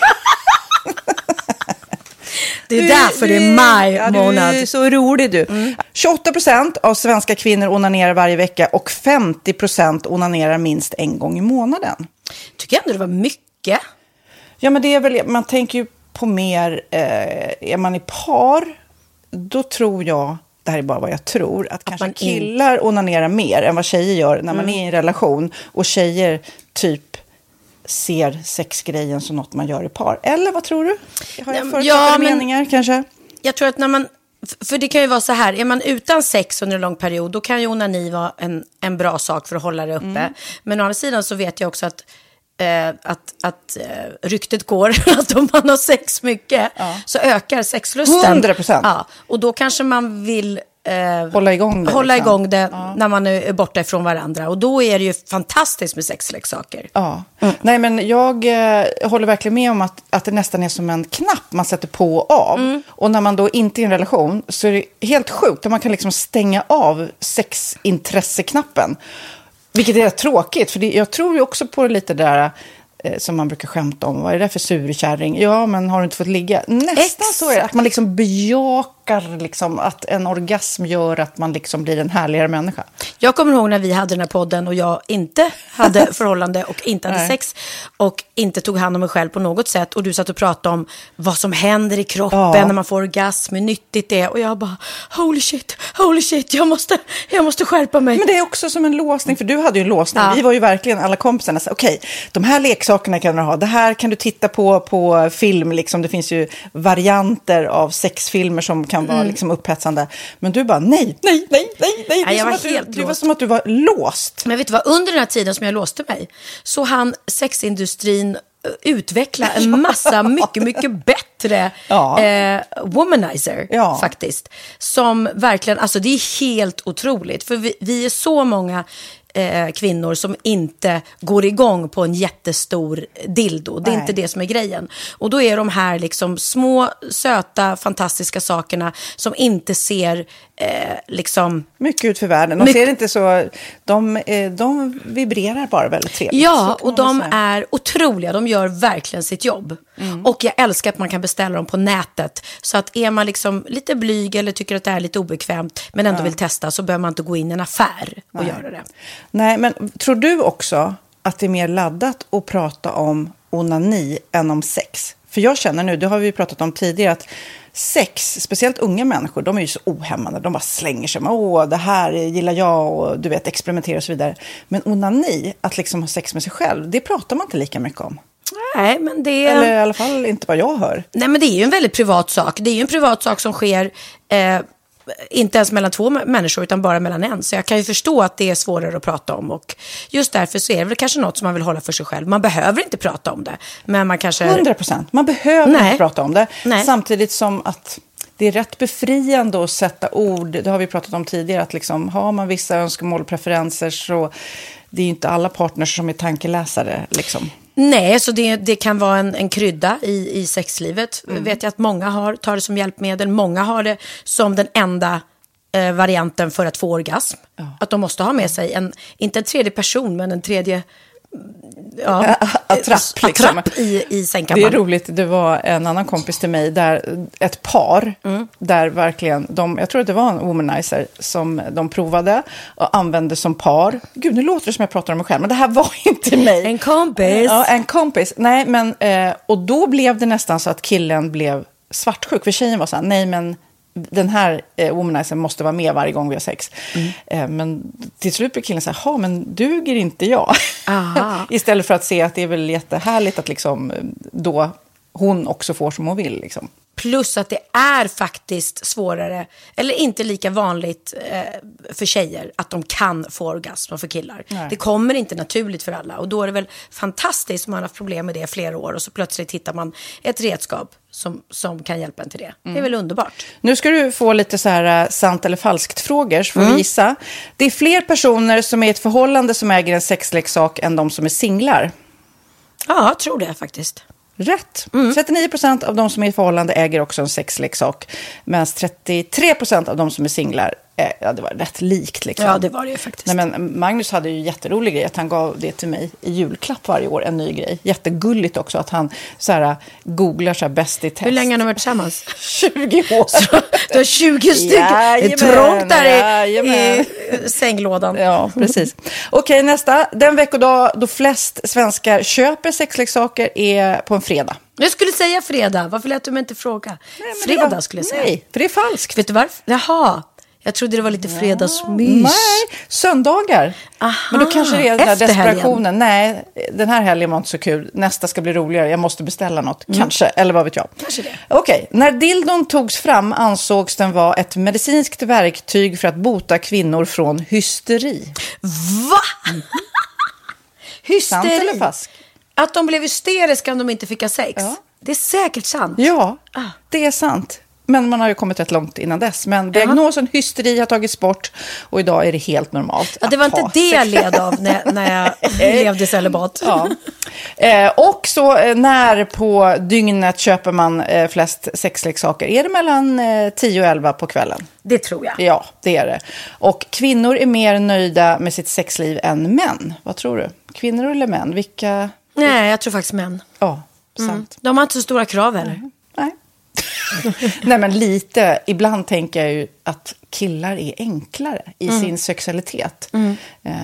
Det är du, därför det är maj ja, månad. Du är så rolig du. Mm. tjugoåtta procent av svenska kvinnor onanerar varje vecka och femtio procent onanerar minst en gång i månaden. Tycker jag ändå det var mycket. Ja, men det är väl, man tänker ju på mer, eh, är man i par, då tror jag, det här är bara vad jag tror, att, att kanske killar in... onanerar mer än vad tjejer gör när man mm. är i en relation. Och tjejer typ ser sexgrejen som något man gör i par. Eller vad tror du? Har jag förutsatta ja, meningar kanske? Jag tror att när man, för det kan ju vara så här, är man utan sex under en lång period, då kan ju onani vara en, en bra sak för att hålla det uppe. Mm. Men å andra sidan så vet jag också att Eh, att, att eh, ryktet går att om man har sex mycket ja. så ökar sexlusten. hundra procent. Ja, och då kanske man vill eh, hålla igång det, hålla liksom. igång det ja. när man är borta ifrån varandra. Och då är det ju fantastiskt med sexleksaker. Ja. Mm. Nej, men jag eh, håller verkligen med om att, att det nästan är som en knapp man sätter på och av. Mm. Och när man då inte är i en relation så är det helt sjukt att man kan liksom stänga av sexintresseknappen. Vilket är tråkigt, för det, jag tror ju också på lite där eh, som man brukar skämta om. Vad är det för surkärring? Ja, men har du inte fått ligga? Nästan Exakt. Så är det. Att man liksom bejakar liksom, att en orgasm gör att man liksom blir en härligare människa. Jag kommer ihåg när vi hade den här podden och jag inte hade förhållande och inte hade sex och inte tog hand om mig själv på något sätt. Och du satt och pratade om vad som händer i kroppen ja. När man får orgasm, hur nyttigt det är. Och jag bara, holy shit, holy shit, jag måste, jag måste skärpa mig. Men det är också som en låsning, för du hade ju en låsning. Ja. Vi var ju verkligen alla kompisarna. Okej, okay, de här leksakerna kan du ha. Det här kan du titta på på film. Liksom. Det finns ju varianter av sexfilmer som kan vara mm. liksom upphetsande. Men du bara, nej, nej, nej, nej, nej. Ja, jag var helt du, du var som att du var låst. Men vet du vad, under den här tiden som jag låste mig så han sexindustrin utveckla en massa mycket, mycket bättre ja. eh, womanizer ja. Faktiskt. Som verkligen, alltså det är helt otroligt. För vi, vi är så många eh, kvinnor som inte går igång på en jättestor dildo. Det är Nej. Inte det som är grejen. Och då är de här liksom små, söta, fantastiska sakerna som inte ser eh, liksom... mycket ut för världen. De mycket... ser inte så... De, eh, de vibrerar bara väldigt trevligt. Ja, och de är otroliga. De gör verkligen sitt jobb. Mm. Och jag älskar att man kan beställa dem på nätet. Så att är man liksom lite blyg eller tycker att det är lite obekvämt men ändå ja. Vill testa, så behöver man inte gå in i en affär och Nej. Göra det. Nej, men tror du också att det är mer laddat att prata om onani än om sex? För jag känner nu, det har vi pratat om tidigare, att sex, speciellt unga människor, de är ju så ohämmande. De bara slänger sig med, åh, det här gillar jag och du vet, experimentera och så vidare. Men onani, att liksom ha sex med sig själv, det pratar man inte lika mycket om. Nej, men det... Eller i alla fall inte vad jag hör. Nej, men det är ju en väldigt privat sak. Det är ju en privat sak som sker... Eh... inte ens mellan två människor utan bara mellan en. Så jag kan ju förstå att det är svårare att prata om. Och just därför så är det väl kanske något som man vill hålla för sig själv. Man behöver inte prata om det. Men man kanske... hundra procent. Man behöver Nej. Inte prata om det. Nej. Samtidigt som att det är rätt befriande att sätta ord. Det har vi pratat om tidigare. Att liksom, har man vissa önskemål och preferenser så det är ju inte alla partners som är tankeläsare liksom. Nej, så det, det kan vara en, en krydda i, i sexlivet. Mm. Vet jag att många har, tar det som hjälpmedel. Många har det som den enda eh, varianten för att få orgasm. Ja. Att de måste ha med sig en, inte en tredje person, men en tredje... Ja, attrapp, liksom. attrapp i, i sängkammaren. Det är roligt, det var en annan kompis till mig där ett par mm. där verkligen, de, jag tror att det var en womanizer som de provade och använde som par. Gud, nu låter det som jag pratar om mig själv, men det här var inte mig. En kompis. Ja, en kompis. Nej, men, eh, och då blev det nästan så att killen blev svartsjuk, för tjejen var så här, nej men den här eh, womanizern måste vara med varje gång vi har sex. Mm. Eh, men till slut blir killen så här, ja men duger inte jag? Istället för att se att det är väl jättehärligt att liksom då hon också får som hon vill liksom. Plus att det är faktiskt svårare, eller inte lika vanligt eh, för tjejer att de kan få orgasm för killar. Nej. Det kommer inte naturligt för alla. Och då är det väl fantastiskt om man har haft problem med det i flera år och så plötsligt hittar man ett redskap som, som kan hjälpa en till det. Mm. Det är väl underbart. Nu ska du få lite så här sant eller falskt frågor så får mm. vi gissa. Det är fler personer som är i ett förhållande som äger en sexleksak än de som är singlar. Ja, jag tror det faktiskt. Rätt. Mm. trettionio procent av de som är i förhållande äger också en sexleksak. Medan trettiotre procent av de som är singlar, äh, ja det var rätt likt liksom. Ja, det var det faktiskt. Nej, men Magnus hade ju jätterolig grej att han gav det till mig i julklapp varje år, en ny grej. Jättegulligt också att han så här, googlar så här bäst i test. Hur länge har ni varit tillsammans? tjugo år. Så, du har tjugo stycken. Ja, det är trångt där ja, i, i sänglådan. Ja, precis. Okej, nästa. Den veckodag då flest svenskar köper sexleksaker är på en fredag. Jag skulle säga fredag. Varför lät du mig inte fråga? Nej, fredag var, skulle jag säga. Nej, för det är falskt. Vet du varför? Jaha. Jag trodde det var lite fredagsmys. Nej, söndagar. Aha, men då kanske det är den där desperationen. Helgen. Nej, den här helgen var inte så kul. Nästa ska bli roligare. Jag måste beställa något. Mm. Kanske, eller vad vet jag. Kanske det. Okej, okay. När dildon togs fram ansågs den vara ett medicinskt verktyg för att bota kvinnor från hysteri. Va? Mm. Hysteri? Sant eller falskt? Att de blev hysteriska om de inte fick ha sex. Ja. Det är säkert sant. Ja, ah. det är sant. Men man har ju kommit rätt långt innan dess. Men diagnosen hysteri har tagits bort och idag är det helt normalt. Ja, det var inte det jag led av när, när jag levde celibat. Ja. Eh, och så eh, när på dygnet köper man eh, flest sexleksaker? Är det mellan eh, tio och elva på kvällen? Det tror jag. Ja, det är det. Och kvinnor är mer nöjda med sitt sexliv än män. Vad tror du? Kvinnor eller män? Vilka... Nej, jag tror faktiskt män. Ja, sant. Mm. De har inte så stora krav heller. Nej. Nej, men lite. Ibland tänker jag ju att killar är enklare i mm. sin sexualitet. Mm.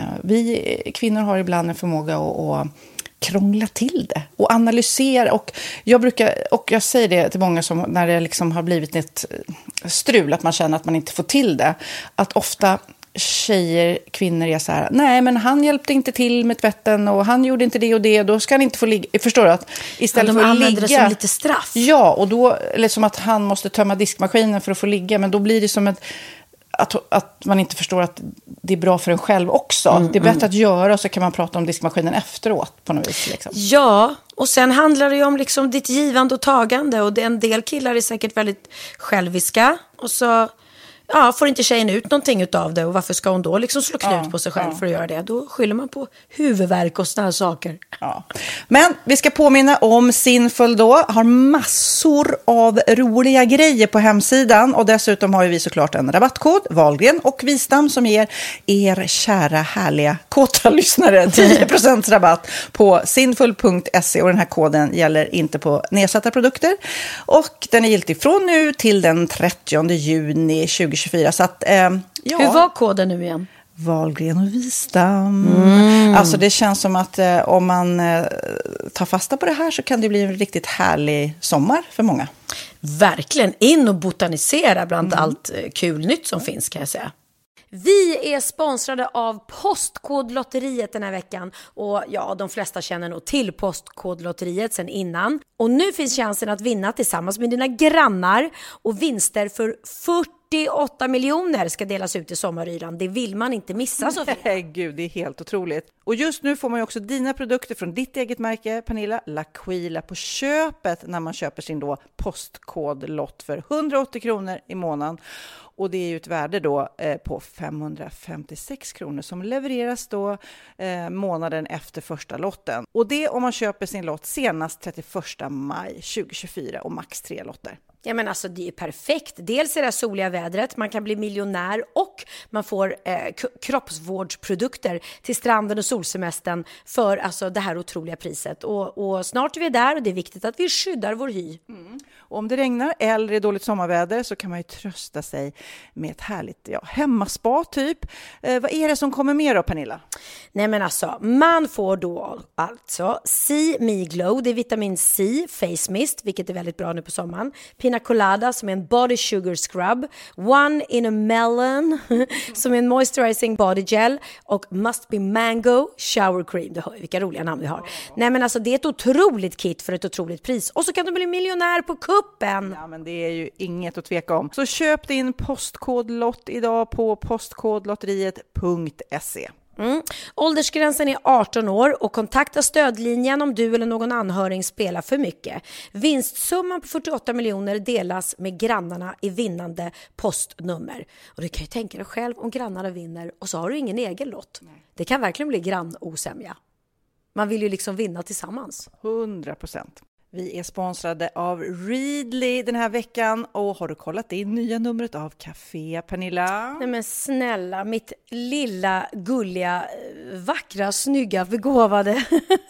Vi kvinnor har ibland en förmåga att, att krångla till det och analysera. Och jag brukar, och jag säger det till många som när det liksom har blivit ett strul, att man känner att man inte får till det. Att ofta tjejer, kvinnor är så här, nej men han hjälpte inte till med tvätten och han gjorde inte det och det, då ska han inte få ligga. Förstår du? Att istället ja, de för att använder ligga, det som lite straff. Ja, och då, eller som att han måste tömma diskmaskinen för att få ligga, men då blir det som ett, att, att man inte förstår att det är bra för en själv också. Mm, det är bättre mm. att göra, och så kan man prata om diskmaskinen efteråt på något vis. Liksom. Ja, och sen handlar det ju om liksom ditt givande och tagande, och en del killar är säkert väldigt själviska, och så ja, får inte tjejen ut någonting av det, och varför ska hon då liksom slå knut ja, på sig själv ja. för att göra det? Då skyller man på huvudvärk och sådana saker. Ja. Men vi ska påminna om Sinful då. Har massor av roliga grejer på hemsidan, och dessutom har ju vi såklart en rabattkod, Wahlgren och Wistam, som ger er kära, härliga, kåta lyssnare tio procent rabatt på sinful punkt se, och den här koden gäller inte på nedsatta produkter, och den är giltig från nu till den trettionde juni tjugohundratjugofyra. Så att, eh, ja. Hur var koden nu igen? Wahlgren och Wistam. Mm. Alltså det känns som att eh, om man eh, tar fasta på det här, så kan det bli en riktigt härlig sommar för många. Verkligen, in och botanisera bland mm. allt eh, kul nytt som finns, kan jag säga. Vi är sponsrade av Postkodlotteriet den här veckan, och ja, de flesta känner nog till Postkodlotteriet sedan innan. Och nu finns chansen att vinna tillsammans med dina grannar, och vinster för fyrtioåtta miljoner ska delas ut i sommaryran. Det vill man inte missa, Sofia. Nej, gud, det är helt otroligt. Och just nu får man ju också dina produkter från ditt eget märke, Pernilla, L'Aquila, på köpet när man köper sin då postkodlott för hundraåttio kronor i månaden. Och det är ju ett värde då eh, på femhundrafemtiosex kronor som levereras då eh, månaden efter första lotten. Och det om man köper sin lott senast trettioförsta maj tjugohundratjugofyra, och max tre lotter. Ja, men alltså det är perfekt. Dels är det soliga vädret, man kan bli miljonär, och man får eh, k- kroppsvårdsprodukter till stranden och solsemestern för alltså det här otroliga priset. Och, och snart är vi där, och det är viktigt att vi skyddar vår hy. Mm. Och om det regnar eller är dåligt sommarväder, så kan man ju trösta sig med ett härligt ja, hemmaspa typ. Eh, vad är det som kommer med då, Pernilla? Nej, men alltså, man får då alltså See Me Glow, det är vitamin C, face mist, vilket är väldigt bra nu på sommaren. Pina Colada som är en body sugar scrub, One in a Melon som är en moisturizing body gel, och Must Be Mango shower cream. Du hör vilka roliga namn vi har. Nej, men alltså det är ett otroligt kit för ett otroligt pris, och så kan du bli miljonär på kuppen. Ja, men det är ju inget att tveka om. Så köp din postkodlott idag på postkodlotteriet punkt se. Mm. Åldersgränsen är arton år, och kontakta stödlinjen om du eller någon anhörig spelar för mycket. Vinstsumman på fyrtioåtta miljoner delas med grannarna i vinnande postnummer. Och du kan ju tänka dig själv om grannarna vinner och så har du ingen egen lott. Nej. Det kan verkligen bli grannosämja. Man vill ju liksom vinna tillsammans. hundra procent. Vi är sponsrade av Readly den här veckan, och har du kollat in nya numret av Café, Pernilla? Nej men snälla, mitt lilla, gulliga, vackra, snygga, begåvade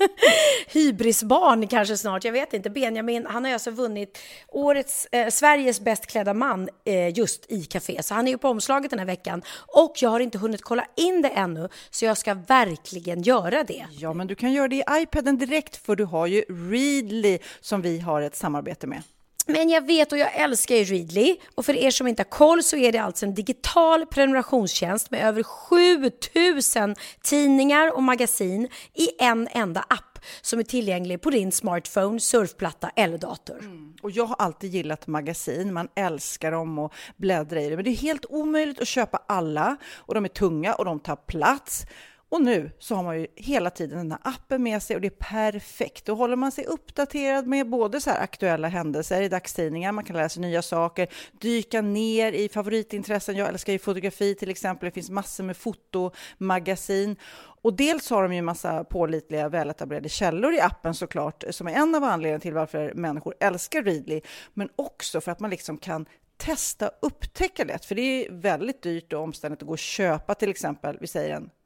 hybrisbarn kanske snart, jag vet inte. Benjamin, han har alltså vunnit årets, eh, Sveriges bäst klädda man eh, just i Café. Så han är ju på omslaget den här veckan, och jag har inte hunnit kolla in det ännu, så jag ska verkligen göra det. Ja, men du kan göra det i iPaden direkt, för du har ju Readly som vi har ett samarbete med. Men jag vet, och jag älskar ju Readly, och för er som inte har koll så är det alltså en digital prenumerationstjänst med över sjutusen tidningar och magasin i en enda app som är tillgänglig på din smartphone, surfplatta eller dator. Mm. Och jag har alltid gillat magasin, man älskar dem och bläddra i det, men det är helt omöjligt att köpa alla, och de är tunga och de tar plats. Och nu så har man ju hela tiden den här appen med sig, och det är perfekt. Då håller man sig uppdaterad med både så här aktuella händelser i dagstidningar. Man kan lära sig nya saker, dyka ner i favoritintressen. Jag älskar ju fotografi till exempel. Det finns massor med fotomagasin. Och dels har de ju en massa pålitliga, väletablerade källor i appen såklart, som är en av anledningarna till varför människor älskar Readly. Men också för att man liksom kan testa upptäcka lätt, för det är väldigt dyrt och omständigt att gå och köpa till exempel, vi säger en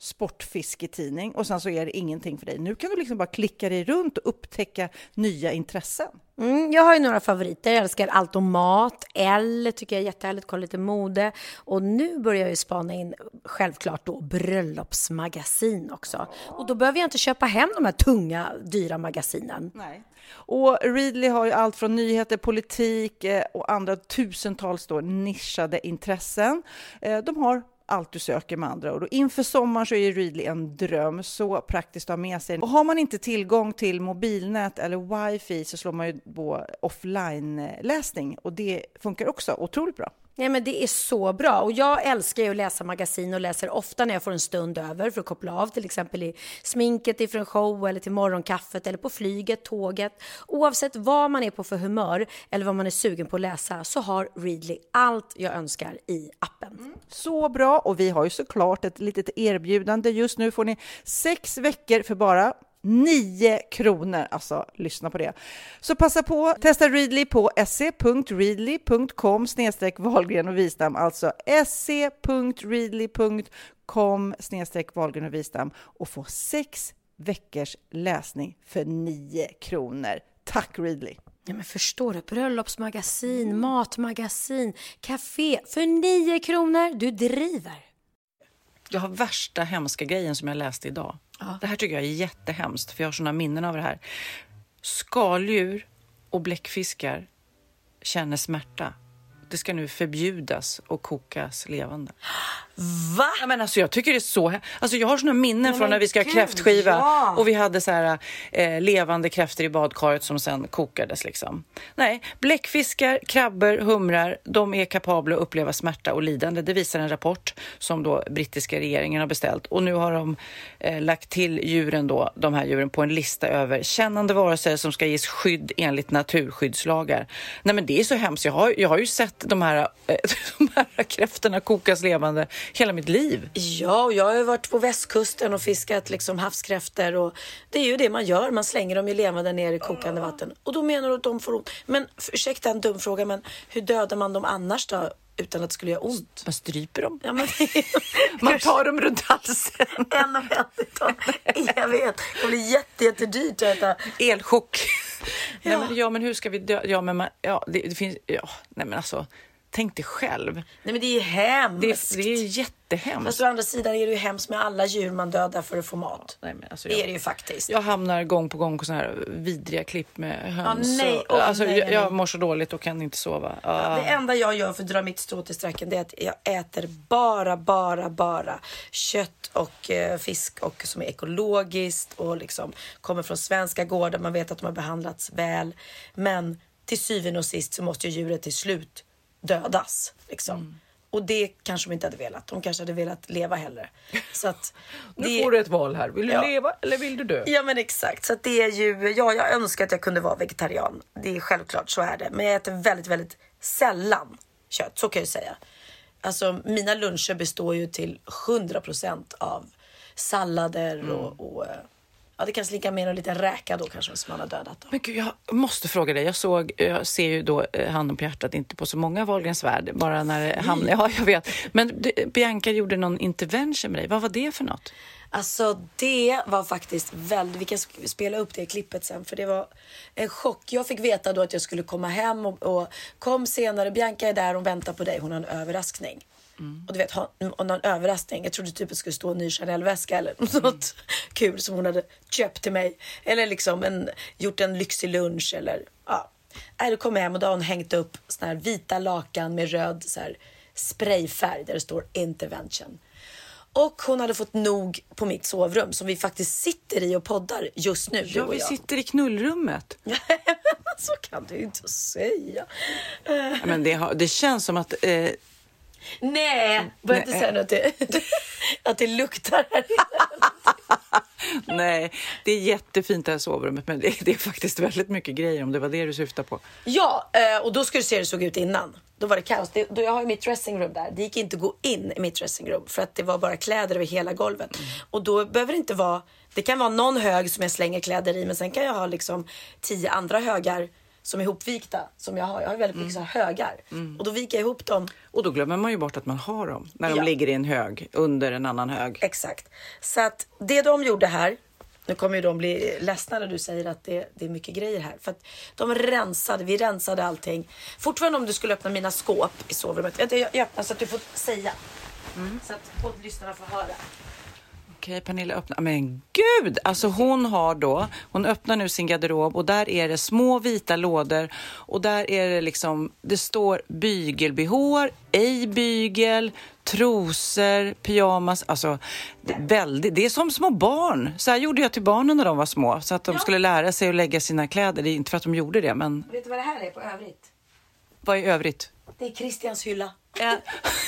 sportfisketidning och sen så är det ingenting för dig. Nu kan du liksom bara klicka dig runt och upptäcka nya intressen. Mm, jag har ju några favoriter. Jag älskar allt om mat. Elle tycker jag är jättehärligt. Kolla lite mode. Och nu börjar jag ju spana in, självklart då, bröllopsmagasin också. Och då behöver jag inte köpa hem de här tunga, dyra magasinen. Nej. Och Readly har ju allt från nyheter, politik och andra tusentals då nischade intressen. De har allt du söker med andra. Och inför sommaren så är Readly en dröm, så praktiskt att ha med sig. Och har man inte tillgång till mobilnät eller wifi så slår man ju på offline-läsning. Och det funkar också otroligt bra. Nej, men det är så bra. Och jag älskar ju att läsa magasin och läser ofta när jag får en stund över för att koppla av. Till exempel i sminket ifrån show eller till morgonkaffet eller på flyget, tåget. Oavsett vad man är på för humör eller vad man är sugen på att läsa så har Readly allt jag önskar i appen. Mm. Så bra, och vi har ju såklart ett litet erbjudande. Just nu får ni sex veckor för bara nio kronor, alltså lyssna på det. Så passa på, testa Readly på se punkt readly punkt com snedstreck Wahlgren och Wistam, alltså se punkt readly punkt com snedstreck Wahlgren och Wistam och få sex veckors läsning för nio kronor. Tack Readly! Ja, men förstår du, bröllopsmagasin, matmagasin, café för nio kronor, du driver. Jag har värsta hemska grejen som jag läste idag. Ja. Det här tycker jag är jättehemskt, för jag har såna minnen av det här. Skaldjur och bläckfiskar känner smärta. Det ska nu förbjudas och kokas levande. Va? Ja, men alltså jag tycker det är så... Alltså jag har såna minnen ja, från när vi ska ha kräftskiva. Ja. Och vi hade så här eh, levande kräftor i badkaret som sen kokades liksom. Nej, bläckfiskar, krabbor, humrar, de är kapabla att uppleva smärta och lidande. Det visar en rapport som då brittiska regeringen har beställt. Och nu har de eh, lagt till djuren då, de här djuren på en lista över kännande varelser som ska ges skydd enligt naturskyddslagar. Nej, men det är så hemskt. Jag har, jag har ju sett de här, eh, de här kräftorna kokas levande hela mitt liv. Ja, och jag har ju varit på västkusten och fiskat liksom havskräftor och det är ju det man gör. Man slänger dem ju levande ner i kokande vatten. Och då menar du att de får ont. Men ursäkta en dum fråga, men hur dödar man dem annars då utan att det skulle göra ont? Man stryper dem. Ja, men man tar dem runt halsen. En och en. Jag vet. Det blir jätte, jättedyrt att äta. Elchock. Ja. Nej, men, ja, men hur ska vi dö? Ja, men man, ja, det, det finns... Ja, nej, men alltså... Tänk dig själv. Nej, men det är hemskt. Det, det är jättehemskt. Fast å andra sidan är det ju hemskt med alla djur man dödar för att få mat. Nej, men alltså det jag, är det ju faktiskt. Jag hamnar gång på gång på såna här vidriga klipp med höns. Ja, nej, och, oh, alltså, nej, jag, nej. jag mår så dåligt och kan inte sova. Ah. Ja, det enda jag gör för att dra mitt strå till sträcken är att jag äter bara, bara, bara kött och eh, fisk och som är ekologiskt och liksom kommer från svenska gårdar. Man vet att de har behandlats väl. Men till syvende och sist så måste ju djuret till slut dödas liksom. Mm. Och det kanske de inte hade velat. De kanske hade velat leva hellre. Så att nu det... får du ett val här. Vill du ja. leva eller vill du dö? Ja, men exakt. Så att det är ju... Ja, jag önskar att jag kunde vara vegetarian. Det är självklart, så är det. Men jag äter väldigt, väldigt sällan kött. Så kan jag säga. Alltså, mina luncher består ju till hundra procent av sallader mm. och... och ja, det kanske ligger med en liten räka då kanske som man har dödat. Då. Men gud, jag måste fråga dig. Jag såg, jag ser ju då handen på hjärtat inte på så många Wahlgrens värld. Bara när han, ja, jag vet. Men det, Bianca gjorde någon intervention med dig. Vad var det för något? Alltså det var faktiskt väldigt, vi kan spela upp det klippet sen, för det var en chock. Jag fick veta då att jag skulle komma hem och, och kom senare, Bianca är där och väntar på dig, hon har en överraskning. Mm. Och du vet, hon har en överraskning. Jag trodde typ det skulle stå en ny Chanel-väska eller något mm. kul som hon hade köpt till mig. Eller liksom en, gjort en lyxig lunch eller ja. Nej, då kom jag hem och då har hon hängt upp såna här vita lakan med röd så här sprayfärg där det står intervention. Och hon hade fått nog på mitt sovrum som vi faktiskt sitter i och poddar just nu. Ja, vi sitter i knullrummet. Så kan du inte säga. Ja, men det, har, det känns som att... Eh... Nej, börja inte säga att det, att det luktar här inne. Nej, det är jättefint det här sovrummet, men det, det är faktiskt väldigt mycket grejer om det var det du syftar på. Ja, och då ska du se hur det såg ut innan. Då var det kaos. Det, då jag har ju mitt dressingrum där. Det gick inte att gå in i mitt dressingrum för att det var bara kläder över hela golvet. Mm. Och då behöver det inte vara... Det kan vara någon hög som jag slänger kläder i, men sen kan jag ha liksom tio andra högar som är ihopvikta. Som jag har. Jag har väldigt mycket mm. så här högar. Mm. Och då viker jag ihop dem. Och då glömmer man ju bort att man har dem. När de ja. ligger i en hög under en annan hög. Exakt. Så att det de gjorde här. Nu kommer ju de bli ledsna när du säger att det, det är mycket grejer här. För att de rensade, vi rensade allting. Fortfarande om du skulle öppna mina skåp i sovrummet. Vänta, jag, jag öppnar så att du får säga. Mm. Så att poddlyssnarna får höra. Okej, Pernilla öppnar. Men gud! Alltså hon har då, hon öppnar nu sin garderob och där är det små vita lådor och där är det liksom, det står bygelbehår, ej bygel, trosor, pyjamas, alltså det, väldigt, det är som små barn. Så här gjorde jag till barnen när de var små, så att de ja. skulle lära sig att lägga sina kläder. Det är inte för att de gjorde det, men... Vet du vad det här är på övrigt? Vad är övrigt? Det är Christians hylla. Ja.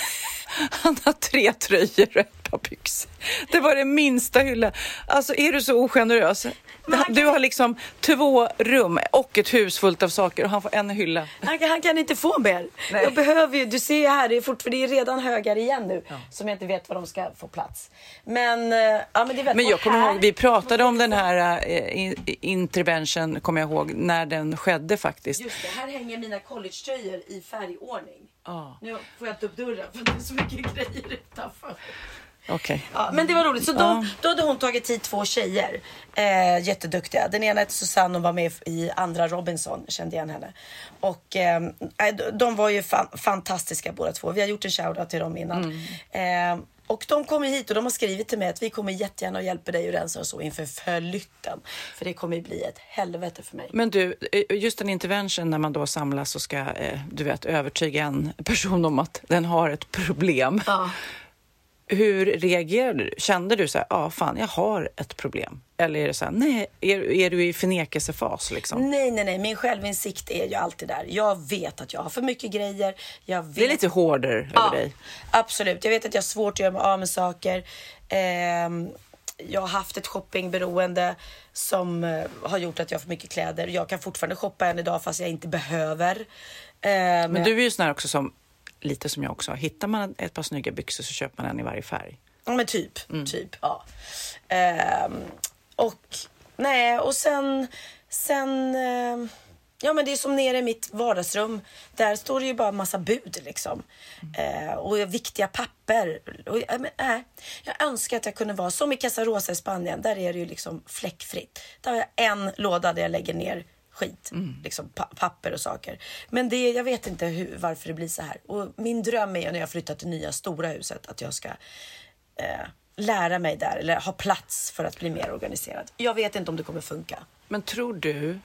Han har tre tröjor och ett par byxor. Det var det minsta hylla. Alltså är du så ogenerös? Du har liksom två rum och ett hus fullt av saker och han får en hylla. Han kan, han kan inte få mer. Nej. Jag behöver ju, du ser här, det är fortfarande det är redan högar igen nu. Ja. Som jag inte vet var de ska få plats. Men, ja, men, det vet men jag kommer här, ihåg, vi pratade om den här uh, intervention, kommer jag ihåg, när den skedde faktiskt. Just det, här hänger mina collegetröjor i färgordning. Ah. Nu får jag inte upp dörren för det är så mycket grejer utanför. Okay. Ja, men det var roligt. Så då, ja. då hade hon tagit hit två tjejer. Eh, jätteduktiga. Den ena hette Susanne och var med i andra Robinson. Kände igen henne. Och eh, de var ju fan, fantastiska båda två. Vi har gjort en shoutout till dem innan. Mm. Eh, och de kommer hit och de har skrivit till mig att vi kommer jättegärna att hjälpa dig och rensa och så inför flytten. För det kommer bli ett helvete för mig. Men du, just en intervention när man då samlas och ska, eh, du vet, övertyga en person om att den har ett problem. Ja. Hur reagerade du? Kände du så här, ja ah, fan jag har ett problem? Eller är det så här, nej, är, är du i förnekelsefas liksom? Nej, nej, nej, min självinsikt är ju alltid där. Jag vet att jag har för mycket grejer. Jag vet... Det är lite hårdare ja, över dig. Absolut, jag vet att jag har svårt att göra mig av med saker. Eh, jag har haft ett shoppingberoende som eh, har gjort att jag har för mycket kläder. Jag kan fortfarande shoppa än idag fast jag inte behöver. Eh, men men du är ju sån här också som lite som jag också. Hittar man ett par snygga byxor så köper man en i varje färg. Ja, men typ. Mm. Typ, ja. Ehm, och, nej, och sen, sen, eh, ja men det är som nere i mitt vardagsrum. Där står det ju bara en massa bud liksom. Mm. Eh, och viktiga papper. Och, äh, men, äh, jag önskar att jag kunde vara som i Casa Rosa i Spanien. Där är det ju liksom fläckfritt. Där har jag en låda där jag lägger ner skit, mm. liksom pa- papper och saker. Men det, jag vet inte hur, varför det blir så här. Och min dröm är när jag flyttar till nya stora huset att jag ska eh, lära mig där eller ha plats för att bli mer organiserad. Jag vet inte om det kommer funka. Men tror du,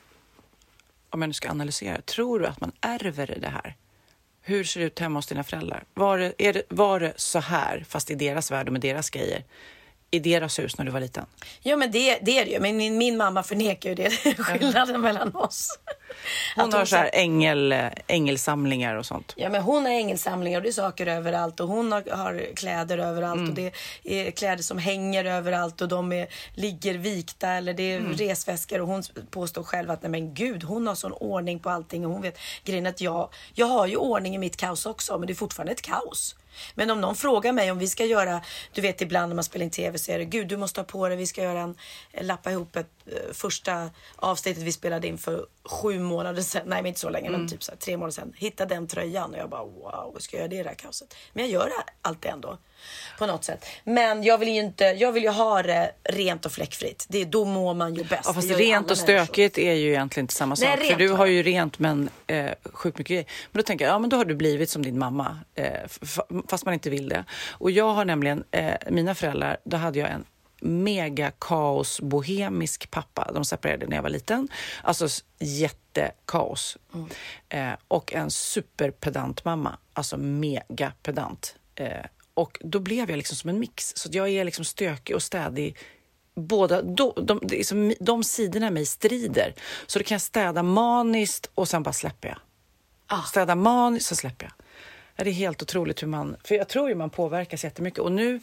om jag nu ska analysera, tror du att man ärver det här? Hur ser det ut hemma hos dina föräldrar? Var det, är det, var det så här, fast i deras värld och med deras grejer? I deras hus när du var liten? Ja, men det, det är det ju. Men min, min mamma förnekar ju det. Skillnaden mellan oss. Hon, hon har så här ängel, ängelsamlingar och sånt. Ja, men hon har ängelsamlingar och det är saker överallt. Och hon har, har kläder överallt. Mm. Och det är kläder som hänger överallt. Och de är, ligger vikta. Eller det är mm. resväskor. Och hon påstår själv att nej men gud, hon har sån ordning på allting. Och hon vet grejen att jag, jag har ju ordning i mitt kaos också. Men det är fortfarande ett kaos. Men om någon frågar mig om vi ska göra, du vet ibland när man spelar in tv så är det, gud du måste ha på det, vi ska göra en, lappa ihop ett uh, första avsnittet vi spelade in för sju månader sedan, nej men inte så länge mm. men typ så här, tre månader sedan, hitta den tröjan och jag bara wow, ska jag göra det i det här kaoset? Men jag gör det alltid ändå på något sätt. Men jag vill ju inte, jag vill ju ha det rent och fläckfritt. Det är då mår man ju bäst. Ja, fast rent och stökigt är ju egentligen inte samma sak. Nej, för du har ju rent men eh, sjukt mycket grejer. Men då tänker jag, ja men då har du blivit som din mamma. Eh, f- fast man inte vill det. Och jag har nämligen, eh, mina föräldrar, då hade jag en mega kaos bohemisk pappa. De separerade när jag var liten. Alltså jättekaos. Mm. Eh, och en superpedant mamma. Alltså mega pedant. Eh, Och då blev jag liksom som en mix. Så jag är liksom stökig och städig. Båda, de, de, de, liksom, de sidorna mig strider. Så då kan jag städa maniskt och sen bara släpper jag. Ah. Städa maniskt så släpper jag. Det är helt otroligt hur man... För jag tror ju man påverkas jättemycket. Och nu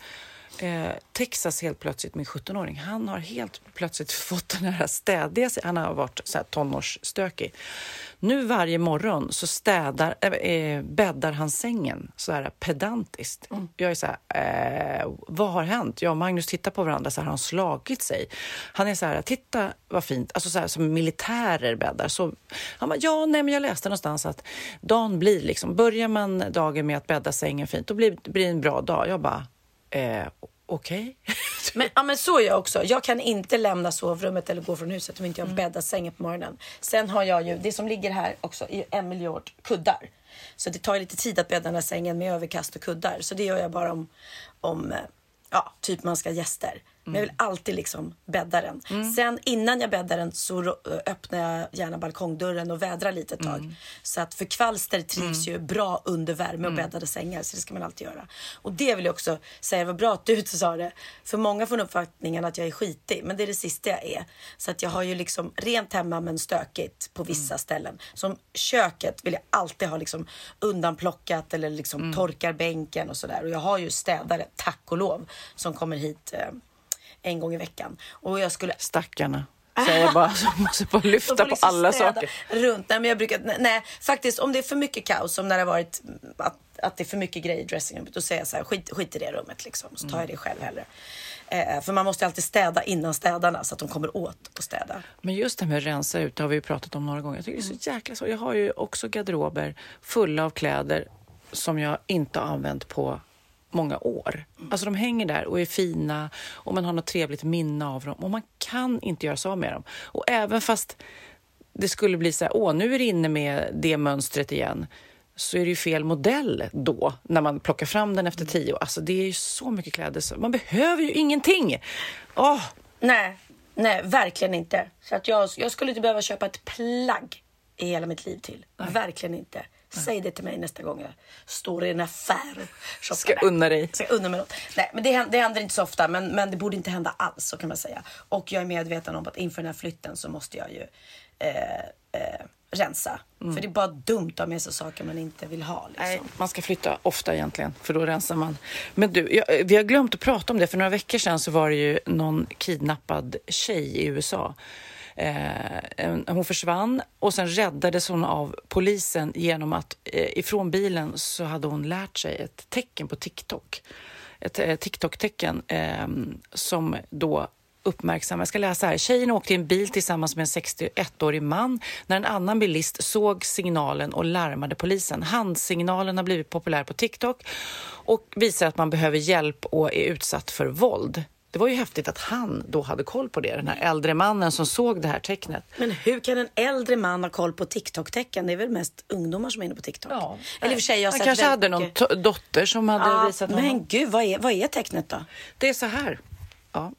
Eh, Texas helt plötsligt, min sjuttonåring, han har helt plötsligt fått den här städiga, han har varit så här tonårsstökig. Nu varje morgon så städar, äh, bäddar han sängen så här pedantiskt. Mm. Jag är så här, eh, vad har hänt? Jag och Magnus tittar på varandra så här, har han slagit sig. Han är så här, titta vad fint, alltså så här som militärer bäddar. Så han bara, ja nej men jag läste någonstans att dagen blir liksom, börjar man dagen med att bädda sängen fint, då blir det blir en bra dag. Jag bara, eh, okej. Okay. men, ja, men så är jag också. Jag kan inte lämna sovrummet eller gå från huset om inte jag mm. bäddar sängen på morgonen. Sen har jag ju, det som ligger här också är en miljard kuddar. Så det tar ju lite tid att bädda den här sängen med överkast och kuddar. Så det gör jag bara om, om ja, typ man ska ha gäster. Men jag vill alltid liksom bädda den. Mm. Sen innan jag bäddar den så öppnar jag gärna balkongdörren och vädrar lite ett tag. Mm. Så att för kvalster trivs mm. ju bra under värme och bäddade sängar. Så det ska man alltid göra. Och det vill jag också säga, det var bra att du sa det. För många får uppfattningen att jag är skitig. Men det är det sista jag är. Så att jag har ju liksom rent hemma men stökigt på vissa mm. ställen. Som köket vill jag alltid ha liksom undanplockat. Eller liksom mm. torkar bänken och sådär. Och jag har ju städare, tack och lov, som kommer hit eh, en gång i veckan. Och jag skulle... Stackarna. Säger jag bara, så måste bara lyfta på liksom alla saker. Runt. Nej, men jag brukar... Nej, faktiskt, om det är för mycket kaos, som när det har varit att, att det är för mycket grejer i dressingrummet, då säger jag så här, skit, skit i det rummet liksom. Så tar jag det själv hellre. Eh, för man måste alltid städa innan städarna så att de kommer åt att städa. Men just det med att rensa ut, det har vi ju pratat om några gånger. Jag tycker det är så jäkla så. Jag har ju också garderober fulla av kläder som jag inte har använt på många år. Alltså de hänger där och är fina och man har något trevligt minne av dem och man kan inte göra så med dem. Och även fast det skulle bli så här, åh nu är det inne med det mönstret igen, så är det ju fel modell då när man plockar fram den efter tio. Alltså det är ju så mycket kläder så man behöver ju ingenting. Åh! Nej, nej, verkligen inte. Så att jag, jag skulle inte behöva köpa ett plagg i hela mitt liv till. Nej. Verkligen inte. Säg det till mig nästa gång jag står i en affär. Ska jag unna dig. Ska jag unna mig något. Nej, men det händer, det händer inte så ofta. Men, men det borde inte hända alls, så kan man säga. Och jag är medveten om att inför den här flytten så måste jag ju eh, eh, rensa. Mm. För det är bara dumt att ha med sig saker man inte vill ha. Liksom. Nej, man ska flytta ofta egentligen, för då rensar man. Men du, jag, vi har glömt att prata om det. För några veckor sedan så var det ju någon kidnappad tjej i U S A. Eh, hon försvann och sen räddades hon av polisen genom att eh, ifrån bilen så hade hon lärt sig ett tecken på TikTok. Ett eh, TikTok-tecken eh, som då uppmärksamma. Jag ska läsa här. Tjejen åkte i en bil tillsammans med en sextioettårig man när en annan bilist såg signalen och larmade polisen. Handsignalen har blivit populär på TikTok och visar att man behöver hjälp och är utsatt för våld. Det var ju häftigt att han då hade koll på det, den här äldre mannen som såg det här tecknet. Men hur kan en äldre man ha koll på TikTok-tecken? Det är väl mest ungdomar som är inne på TikTok. Ja. Eller för sig, jag han kanske hade någon to- dotter som hade ja, visat honom. Men gud, vad är, vad är tecknet då? Det är så här. Ja.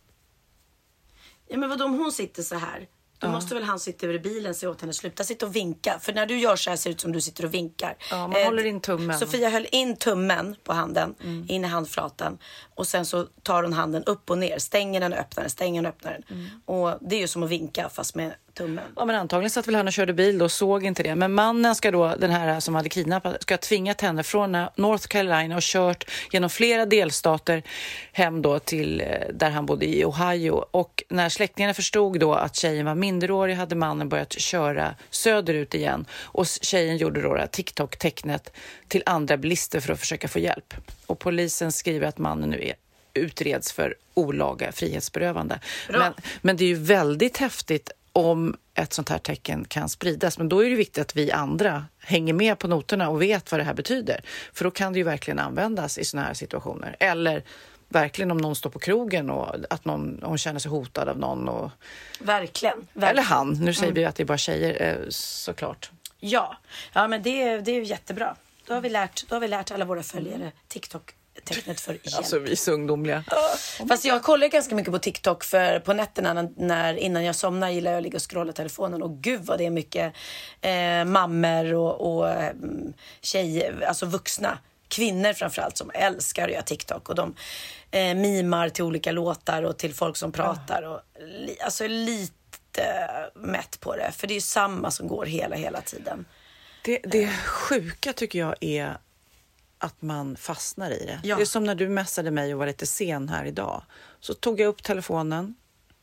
Ja, men vad om hon sitter så här? Då ja. måste väl han sitta över i bilen och säga åt henne, sluta sitta och vinka. För när du gör så här ser det ut som du sitter och vinkar. Ja, man eh, håller in tummen. Sofia höll in tummen på handen, mm. in i handflatan. Och sen så tar hon handen upp och ner. Stänger den och öppnar den, stänger den och öppnar den. Mm. Och det är ju som att vinka fast med tummen. Ja, men antagligen satt väl han och körde bil då och såg inte det. Men mannen ska då, den här som hade kidnappat, ska ha tvingat henne från North Carolina och kört genom flera delstater hem då till där han bodde i Ohio. Och när släktingarna förstod då att tjejen var minderårig hade mannen börjat köra söderut igen. Och tjejen gjorde då det här TikTok-tecknet till andra bilister för att försöka få hjälp. Och polisen skriver att mannen nu är utreds för olaga frihetsberövande. Men, men det är ju väldigt häftigt om ett sånt här tecken kan spridas. Men då är det viktigt att vi andra hänger med på noterna och vet vad det här betyder. För då kan det ju verkligen användas i såna här situationer. Eller verkligen om någon står på krogen och att någon, hon känner sig hotad av någon. Och... Verkligen, verkligen. Eller han. Nu säger mm. vi att det är bara tjejer, såklart. Ja, ja men det är, det är ju jättebra. Då har vi lärt, då har vi lärt alla våra följare TikTok tecknet för hjälp. Alltså vi är så ungdomliga. Fast jag kollar ganska mycket på TikTok för på nätterna när, när innan jag somnar gillar jag att ligga och scrolla telefonen och gud vad det är mycket eh, mammor och, och eh, tjejer, alltså vuxna kvinnor framförallt som älskar att göra TikTok och de eh, mimar till olika låtar och till folk som pratar och li, alltså lite mätt på det för det är ju samma som går hela hela tiden. Det, det sjuka tycker jag är att man fastnar i det. Ja. Det är som när du messade mig och var lite sen här idag. Så tog jag upp telefonen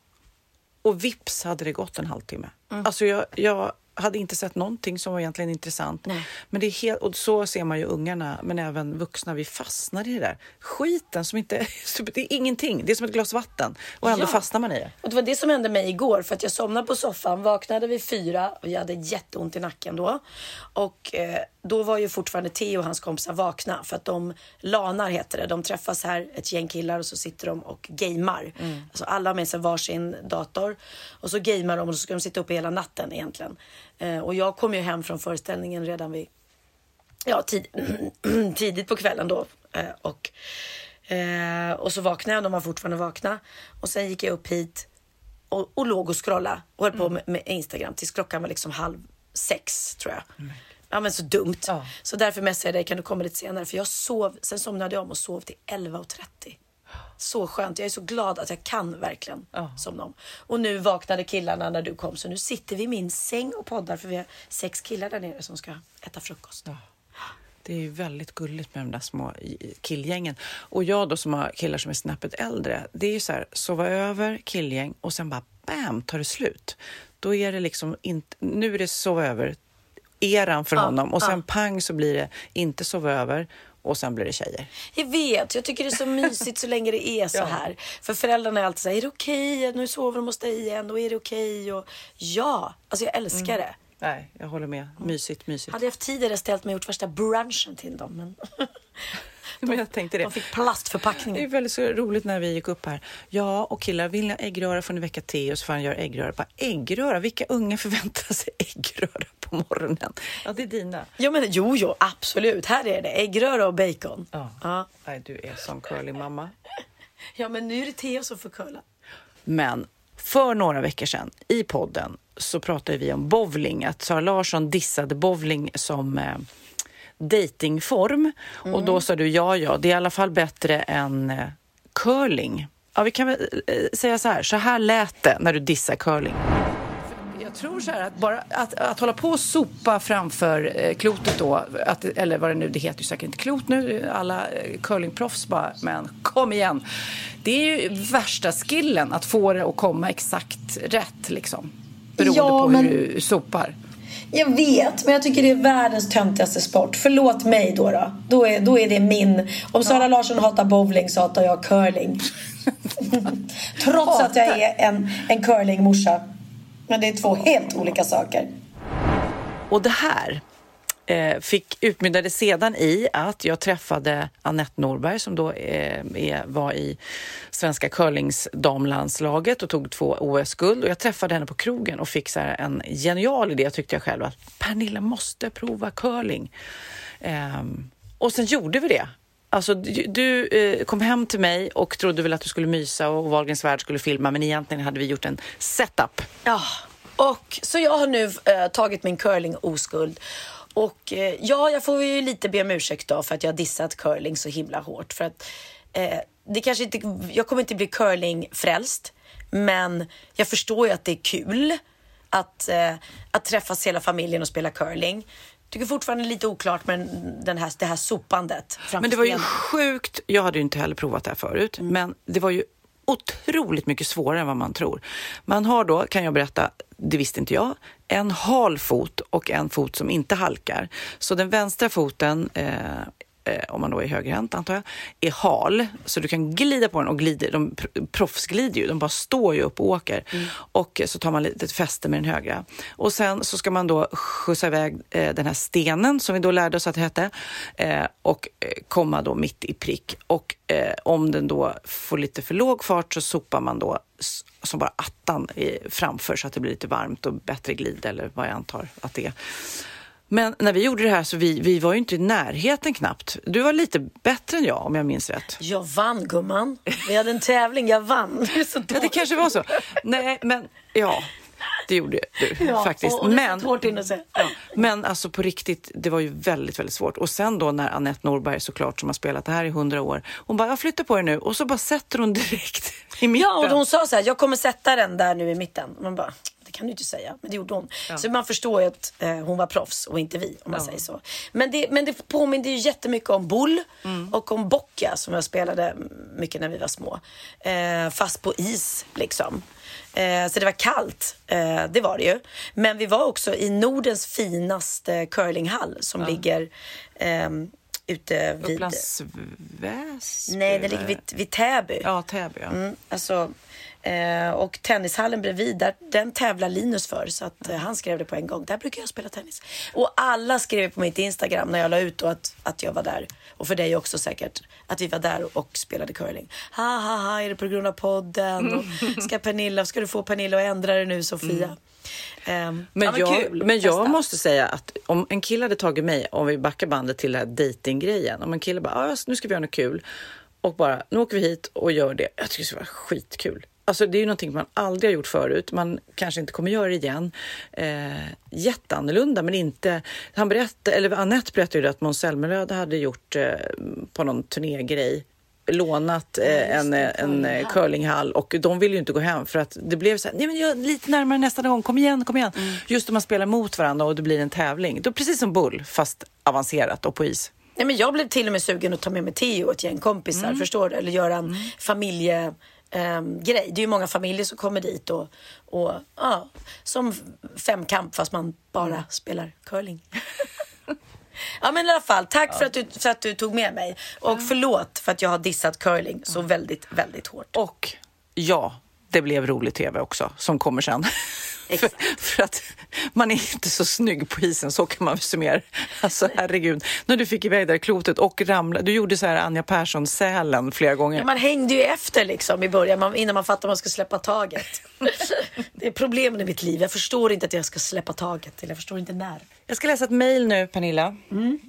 och vips hade det gått en halvtimme. Mm. Alltså jag, jag hade inte sett någonting som var egentligen intressant. Nej. Men det är helt, och så ser man ju ungarna, men även vuxna, vi fastnar i det där. Skiten som inte, det är ingenting. Det är som ett glas vatten. Och ändå Ja. fastnar man i det. Och det var det som hände mig igår, för att jag somnade på soffan, vaknade vid fyra och jag hade jätteont i nacken då. Och eh, då var ju fortfarande Theo och hans kompisar vakna, för att de lanar heter det. De träffas här, ett gäng killar, och så sitter de och gamer. Mm. Alltså alla har med sig varsin dator och så gamer de och så ska de sitta uppe hela natten egentligen. Eh, och jag kom ju hem från föreställningen redan vid ja, tid, tidigt på kvällen då. Eh, och, eh, och så vaknade jag och de var fortfarande vakna. Och sen gick jag upp hit och, och låg och scrollade och höll på med, med Instagram tills klockan var liksom halv sex, tror jag. Mm. Ja, men så dumt. Ja. Så därför messade jag dig, kan du komma lite senare? För jag sov, sen somnade jag om och sov till elva och trettio. Så skönt, jag är så glad att jag kan verkligen ja. somna om. Och nu vaknade killarna när du kom, så nu sitter vi i min säng och poddar, för vi har sex killar där nere som ska äta frukost. Ja. Det är ju väldigt gulligt med de där små killgängen. Och jag då som har killar som är snäppet äldre, det är ju så här, sova över killgäng och sen bara bam, tar det slut. Då är det liksom inte, nu är det sova över eran för ja, honom och sen ja. pang så blir det inte sova över och sen blir det tjejer. Jag vet, jag tycker det är så mysigt så länge det är så ja. här. För föräldrarna är alltid så här, är det okej? Nu sover de hos dig igen och är det okej? Och ja, alltså jag älskar mm. det. Nej, jag håller med. Mysigt, mysigt. Hade jag haft tid hade jag ställt mig och gjort första brunchen till dem. Men, de, men jag tänkte det. De fick plastförpackningar. Det är väldigt så roligt när vi gick upp här. Ja, och killar, vill ni äggröra får ni väcka te och så får han göra äggröra. Bara äggröra? Vilka unga förväntar sig äggröra på morgonen? Ja, det är dina. Ja, men jo, jo, absolut. Här är det äggröra och bacon. Ja. ja. Nej, du är som curly mamma. Ja, men nu är det Theo som får curla. Men för några veckor sedan i podden så pratade vi om bowling. Att Sara Larsson dissade bowling som eh, datingform. Mm. Och då sa du, ja, ja, det är i alla fall bättre än eh, curling. Ja, vi kan väl eh, säga så här. Så här lät det när du dissar curling. Jag tror så här att bara att, att hålla på och sopa framför eh, klotet då, att, eller vad det nu, det heter ju säkert inte klot nu, alla eh, curlingproffs bara, men kom igen. Det är ju värsta skillen att få det att komma exakt rätt liksom. Beroende ja, på men... hur du sopar. Jag vet, men jag tycker det är världens töntigaste sport. Förlåt mig då då. Då är, då är det min. Om Sara ja. Larsson hatar bowling så hatar jag curling. Trots att jag är en, en curlingmorsa. Men det är två helt olika saker. Och det här eh, fick utmynnade sedan i att jag träffade Anette Norberg som då eh, är, var i svenska curlingsdamlandslaget och tog två O S-guld. Och jag träffade henne på krogen och fick så här en genial idé, tyckte jag själv, att Pernilla måste prova curling. Eh, och sen gjorde vi det. Alltså du, du eh, kom hem till mig och trodde väl att du skulle mysa och Wahlgrens värld skulle filma, men egentligen hade vi gjort en setup. Ja, och så jag har nu eh, tagit min curling-oskuld. Och eh, ja, jag får ju lite be om ursäkt då för att jag har dissat curling så himla hårt. För att eh, det kanske inte, jag kommer inte bli curling-frälst, men jag förstår ju att det är kul att, eh, att träffas hela familjen och spela curling. Tycker fortfarande lite oklart med den här, det här sopandet. Men det var ju sjukt, jag hade ju inte heller provat det här förut, mm. men det var ju otroligt mycket svårare än vad man tror. Man har då, kan jag berätta, det visste inte jag, en hal fot och en fot som inte halkar. Så den vänstra foten, eh, om man då är högerhänt antar jag, är hal. Så du kan glida på den och glider. De proffsglider ju, de bara står ju upp och åker. Mm. Och så tar man lite fäste med den högra. Och sen så ska man då skjutsa iväg eh, den här stenen som vi då lärde oss att det hette. Eh, och eh, komma då mitt i prick. Och eh, om den då får lite för låg fart så sopar man då som bara attan i, framför så att det blir lite varmt och bättre glid eller vad jag antar att det är. Men när vi gjorde det här så vi, vi var ju inte i närheten knappt. Du var lite bättre än jag om jag minns rätt. Jag vann, gumman. Vi hade en tävling, jag vann. Det, så ja, det kanske var så. Nej, men ja, det gjorde du ja, faktiskt. Och, och men, svårt in att säga. Ja, men alltså på riktigt, det var ju väldigt, väldigt svårt. Och sen då när Anette Norberg såklart som har spelat det här i hundra år. Hon bara, jag flyttar på er nu. Och så bara sätter hon direkt i mitten. Ja, och hon sa så här, jag kommer sätta den där nu i mitten. Man bara... det kan du inte säga. Men det gjorde hon. Ja. Så man förstår ju att eh, hon var proffs och inte vi, om man ja. säger så. Men det, men det påminner ju jättemycket om Bull mm. och om Bocca som jag spelade mycket när vi var små. Eh, fast på is liksom. Eh, så det var kallt, eh, det var det ju. Men vi var också i Nordens finaste curlinghall som ja. ligger eh, ute vid... Upplands Väsby? Nej, det ligger vid, vid Täby. Ja, Täby, ja. Mm, alltså, eh, och tennishallen bredvid, där, den tävlar Linus för. Så att eh, han skrev det på en gång. Där brukar jag spela tennis. Och alla skrev på mitt Instagram när jag la ut och att, att jag var där. Och för dig också säkert. Att vi var där och spelade curling. Ha, ha, ha, är det på grund av podden? Och ska Pernilla, ska du få Pernilla att ändra det nu, Sofia? Mm. Um, men ja, men jag, kul, men jag måste säga att om en kille hade tagit mig, om vi backar bandet till den här datinggrejen, om en kille bara, ah, nu ska vi göra något kul och bara, nu åker vi hit och gör det. Jag tycker det ska vara skitkul. Alltså det är ju någonting man aldrig har gjort förut. Man kanske inte kommer göra det igen. Eh, jätteannorlunda, men inte... Han berättade, eller Annette berättade ju att Måns Zelmerlöw hade gjort eh, på någon turnégrej lånat eh, en, en, en curlinghall och de ville ju inte gå hem för att det blev så här, nej men jag är lite närmare nästa gång, kom igen, kom igen. Mm. Just om man spelar mot varandra och det blir en tävling. Då precis som Bull, fast avancerat och på is. Nej, men jag blev till och med sugen att ta med mig Theo och ett gäng kompisar, mm. förstår du? Eller göra en mm. familje... Um, grej. Det är ju många familjer som kommer dit och, och ja, som femkamp fast man bara mm. spelar curling. Ja, men i alla fall, tack ja. för, att du, för att du tog med mig. Och mm. förlåt för att jag har dissat curling så mm. väldigt, väldigt hårt. Och ja, det blev rolig tv också som kommer sen. för, för att man är inte så snygg på isen, så kan man summera. Alltså herregud, när du fick iväg där klotet och ramla, du gjorde så här Anja Persson-sälen flera gånger. Ja, man hängde ju efter liksom i början, man, innan man fattade att man ska släppa taget. Det är problemen i mitt liv, jag förstår inte att jag ska släppa taget, eller jag förstår inte när. Jag ska läsa ett mejl nu, Pernilla. Mm.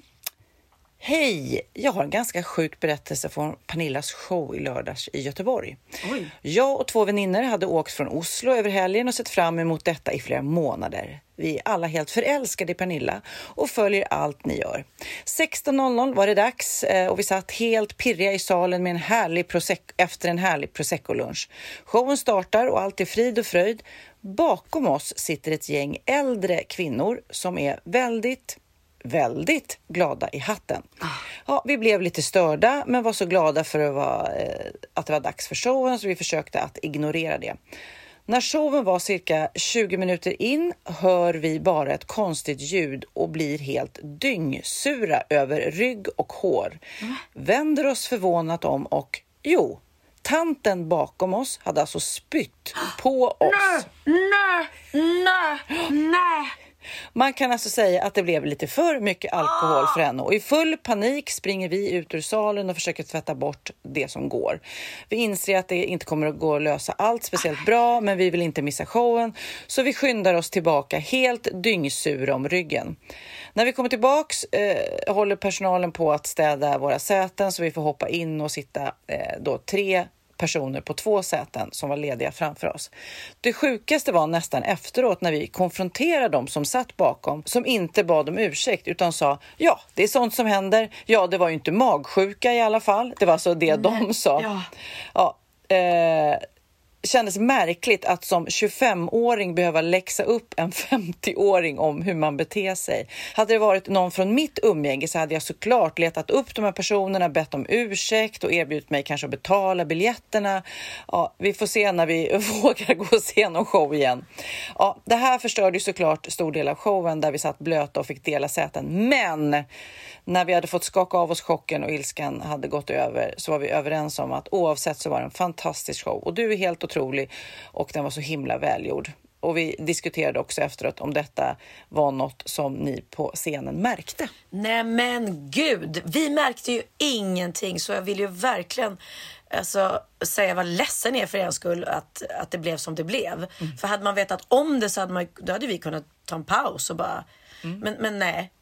Hej, jag har en ganska sjuk berättelse från Pernillas show i lördags i Göteborg. Oj. Jag och två väninner hade åkt från Oslo över helgen och sett fram emot detta i flera månader. Vi är alla helt förälskade i Pernilla och följer allt ni gör. sexton noll noll var det dags och vi satt helt pirriga i salen med en härlig prosecco, efter en härlig prosecco-lunch. Showen startar och allt är frid och fröjd. Bakom oss sitter ett gäng äldre kvinnor som är väldigt... väldigt glada i hatten. Ja, vi blev lite störda men var så glada för att, vara, eh, att det var dags för showen så vi försökte att ignorera det. När showen var cirka tjugo minuter in hör vi bara ett konstigt ljud och blir helt dyngsura över rygg och hår. Mm. Vänder oss förvånat om och jo, tanten bakom oss hade alltså spytt på oss. Nej, nej, nej, nej. Man kan alltså säga att det blev lite för mycket alkohol för henne och i full panik springer vi ut ur salen och försöker tvätta bort det som går. Vi inser att det inte kommer att gå att lösa allt speciellt bra, men vi vill inte missa showen så vi skyndar oss tillbaka helt dyngsura om ryggen. När vi kommer tillbaks eh, håller personalen på att städa våra säten så vi får hoppa in och sitta eh, då tre personer på två säten som var lediga framför oss. Det sjukaste var nästan efteråt när vi konfronterade dem som satt bakom, som inte bad om ursäkt utan sa, ja, det är sånt som händer. Ja, det var ju inte magsjuka i alla fall. Det var så det Nej. de sa. Ja. Ja, eh, kändes märkligt att som tjugofemåring behöva läxa upp en femtioåring om hur man beter sig. Hade det varit någon från mitt umgänge så hade jag såklart letat upp de här personerna, bett om ursäkt och erbjudit mig kanske att betala biljetterna. Ja, vi får se när vi vågar gå och se någon show igen. Ja, det här förstörde ju såklart stor del av showen där vi satt blöta och fick dela säten. Men när vi hade fått skaka av oss chocken och ilskan hade gått över så var vi överens om att oavsett så var det en fantastisk show. Och du är helt otrolig och den var så himla välgjord. Och vi diskuterade också efteråt om detta var något som ni på scenen märkte. Nej men gud, vi märkte ju ingenting så jag vill ju verkligen alltså, säga vad ledsen är för en skull att, att det blev som det blev. Mm. För hade man vetat om det så hade, man, då hade vi kunnat ta en paus och bara... Mm. Men, men nej,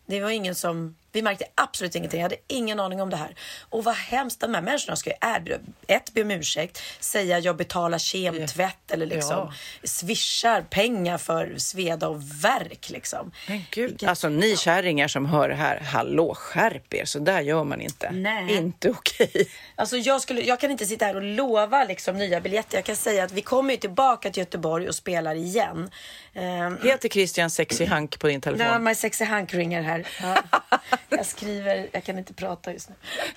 Det var ingen som... Vi märkte absolut ingenting. Jag hade ingen aning om det här. Och vad hemskt, de här människorna ska ju erbjuda. Ett, be om ursäkt. Säga jag betalar kemtvätt. Eller liksom Ja. swishar pengar för sveda och verk liksom. Men gud, Vilket- alltså ni kärringar som hör det här, hallå, skärp er, så där gör man inte. Nej. Inte okej. Alltså jag, skulle, jag kan inte sitta här och lova liksom nya biljetter. Jag kan säga att vi kommer ju tillbaka till Göteborg och spelar igen. Um, Heter Christian Sexy Hank på din telefon? Nej, my sexy Hank ringer här. Ja. Jag skriver, jag kan inte prata just nu.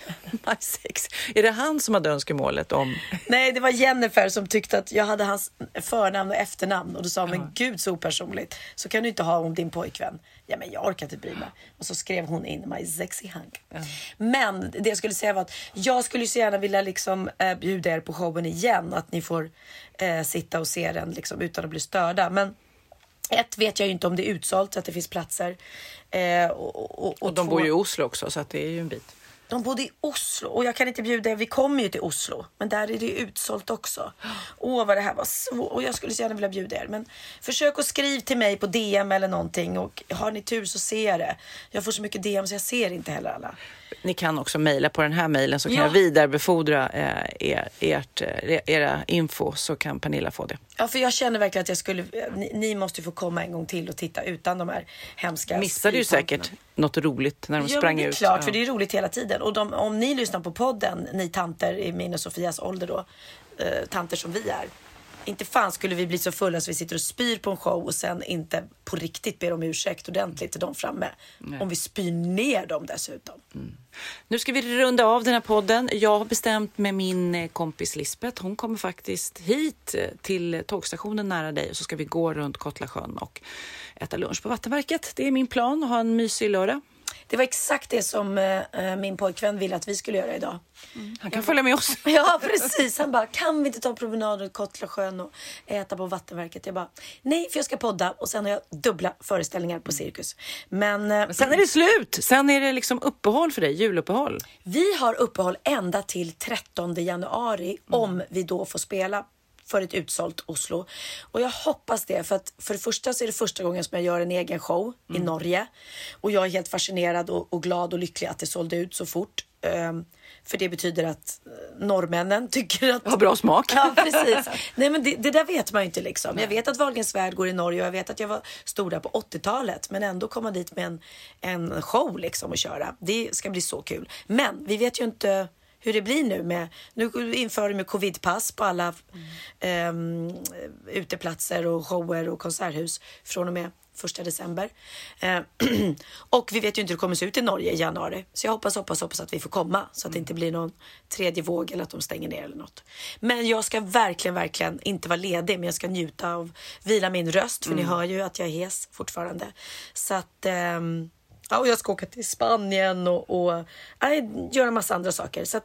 My sex. Är det han som hade önskemålet om... Nej, det var Jennifer som tyckte att jag hade hans förnamn och efternamn. Och då sa hon, men gud så opersonligt. Så kan du inte ha om din pojkvän. Ja, men jag orkar inte bry mig. Och så skrev hon in my sexy Hank. Mm. Men det jag skulle säga var att jag skulle så gärna vilja liksom äh, bjuda er på showen igen. Att ni får äh, sitta och se den liksom, utan att bli störda. Men ett vet jag ju inte om det är utsålt så att det finns platser. Eh, och, och, och, Och de två, bor ju i Oslo också, så att det är ju en bit. De bodde i Oslo och jag kan inte bjuda er. Vi kommer ju till Oslo, men där är det ju utsålt också. Åh, vad det här var svårt. Och jag skulle så gärna vilja bjuda er. Men försök att skriva till mig på D M eller någonting. Och har ni tur så ser jag det. Jag får så mycket D M så jag ser inte heller alla. Ni kan också mejla på den här mejlen så kan Ja. jag vidarebefordra eh, er, ert, eh, era info, så kan Pernilla få det. Ja, för jag känner verkligen att jag skulle... Ni, ni måste få komma en gång till och titta utan de här hemska... Missade ju spytanterna. säkert något roligt när de Ja, sprang men det är ut. klart, Ja. för det är roligt hela tiden. Och de, om ni lyssnar på podden, ni tanter i min och Sofias ålder då, eh, tanter som vi är, inte fan skulle vi bli så fulla så vi sitter och spyr på en show och sen inte på riktigt ber om ursäkt ordentligt till dem framme. Nej. Om vi spyr ner dem dessutom. Mm. Nu ska vi runda av den här podden. Jag har bestämt med min kompis Lisbeth. Hon kommer faktiskt hit till tågstationen nära dig och så ska vi gå runt Kottlasjön och äta lunch på Vattenverket. Det är min plan, att ha en mysig lördag. Det var exakt det som eh, min pojkvän ville att vi skulle göra idag. Mm. Han kan följa med oss. Ja, precis. Han bara, kan vi inte ta promenader i Kottlasjön och äta på Vattenverket? Jag bara, nej, för jag ska podda och sen har jag dubbla föreställningar på Cirkus. Men, Men sen är det slut. Sen är det liksom uppehåll för dig, juluppehåll. Vi har uppehåll ända till trettonde januari mm. om vi då får spela för ett utsålt Oslo. Och jag hoppas det, för att för det första så är det första gången som jag gör en egen show mm. i Norge. Och jag är helt fascinerad och, och glad och lycklig att det sålde ut så fort. Um, för det betyder att uh, norrmännen tycker att... Har bra smak. Ja, precis. Nej, men det, det där vet man ju inte liksom. Jag vet att Wahlgrens värld går i Norge och jag vet att jag var stor där på åttiotalet. Men ändå komma dit med en, en show liksom och köra. Det ska bli så kul. Men vi vet ju inte hur det blir nu med... Nu inför de med covidpass på alla mm. um, uteplatser och shower och konserthus från och med första december. Eh, och vi vet ju inte hur det kommer se ut i Norge i januari. Så jag hoppas, hoppas, hoppas att vi får komma. Så att det inte blir någon tredje våg eller att de stänger ner eller något. Men jag ska verkligen, verkligen inte vara ledig. Men jag ska njuta av, vila min röst. För mm. ni hör ju att jag är hes fortfarande. Så att... Ehm, ja, och jag ska åka till Spanien och, och äh, göra en massa andra saker. Så att...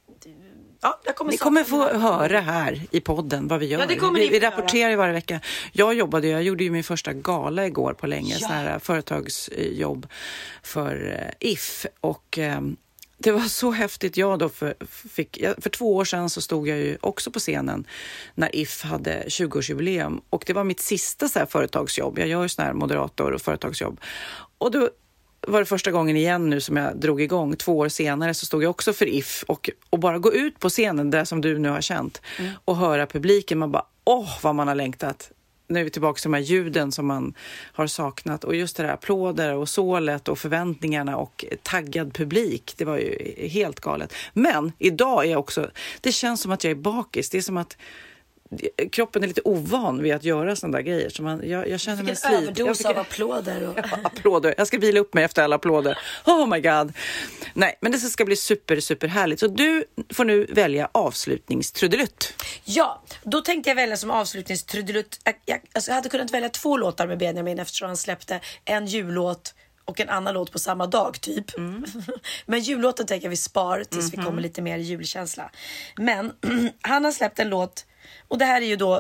Ja, jag kommer ni kommer få höra här i podden vad vi gör. Ja, det kommer vi, ni vi rapporterar ju varje vecka. Jag jobbade, jag gjorde ju min första gala igår på länge. Ja. Sån här företagsjobb för I F. Och eh, det var så häftigt. Jag då för, fick, för två år sedan så stod jag ju också på scenen när I F hade tjugoårsjubileum. Och det var mitt sista så här företagsjobb. Jag gör ju sån här moderator och företagsjobb. Och då var det första gången igen nu som jag drog igång. Två år senare så stod jag också för I F. Och, och bara gå ut på scenen, där som du nu har känt. Mm. Och höra publiken. Man bara, åh vad man har längtat. Nu är vi tillbaka till de här ljuden som man har saknat. Och just det där applåder och sålet och förväntningarna och taggad publik. Det var ju helt galet. Men idag är jag också, det känns som att jag är bakis. Det är som att kroppen är lite ovan vid att göra sådana där grejer. Så man, jag, jag känner mig slit. Överdos Jag fick av applåder. Och... ja, applåder. Jag ska vila upp mig efter alla applåder. Oh my god. Nej, men det ska bli super, super härligt. Så du får nu välja avslutningstrudelutt. Ja, då tänkte jag välja som avslutningstrudelutt. Jag, jag, alltså jag hade kunnat välja två låtar med Benjamin eftersom han släppte en jullåt och en annan låt på samma dag typ. Mm. Men jullåten tänker vi spar tills mm-hmm. vi kommer lite mer julkänsla. Men han har släppt en låt. Och det här är ju då,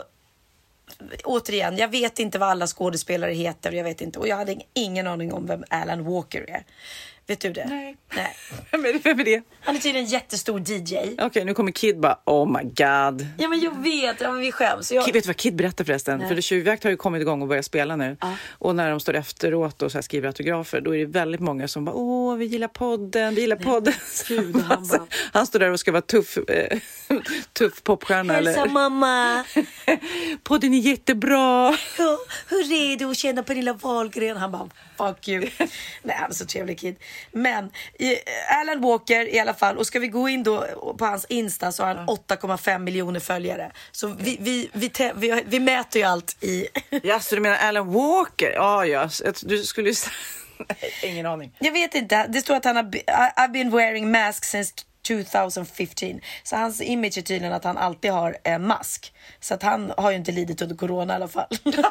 återigen, jag vet inte vad alla skådespelare heter. Jag vet inte, och jag hade ingen aning om vem Alan Walker är. Vet du det? Nej. Nej. Vem är det? Vem är det? Han är tydligen en jättestor D J. Okej, okay, nu kommer Kid bara, oh my god. Ja, men jag vet, ja, men vi skäms. Jag... Kid, vet du vad Kid berättar förresten? Nej. För det Tjuvjakt har ju kommit igång och börjat spela nu. Ah. Och när de står efteråt och så här skriver autografer, då är det väldigt många som bara, åh, vi gillar podden, vi gillar podden. Gud, han, bara... han står där och ska vara tuff, eh, tuff popstjärna. Hälsa eller... mamma. Podden är jättebra. Ja, hur är det att känna på lilla Wahlgren? Han bara, fuck you. Nej, han är så trevlig Kid. Men eh, Alan Walker i alla fall, och ska vi gå in då på hans Insta så har han åtta komma fem miljoner följare. Så vi, vi, vi, te, vi, vi mäter ju allt i... Ja, så du menar Alan Walker? Ja, ja. Du skulle ju säga... Ingen aning. Jag vet inte. Det står att han har... I've been wearing masks since tjugo femton. Så hans image är tydligen att han alltid har en mask. Så att han har ju inte lidit under corona i alla fall.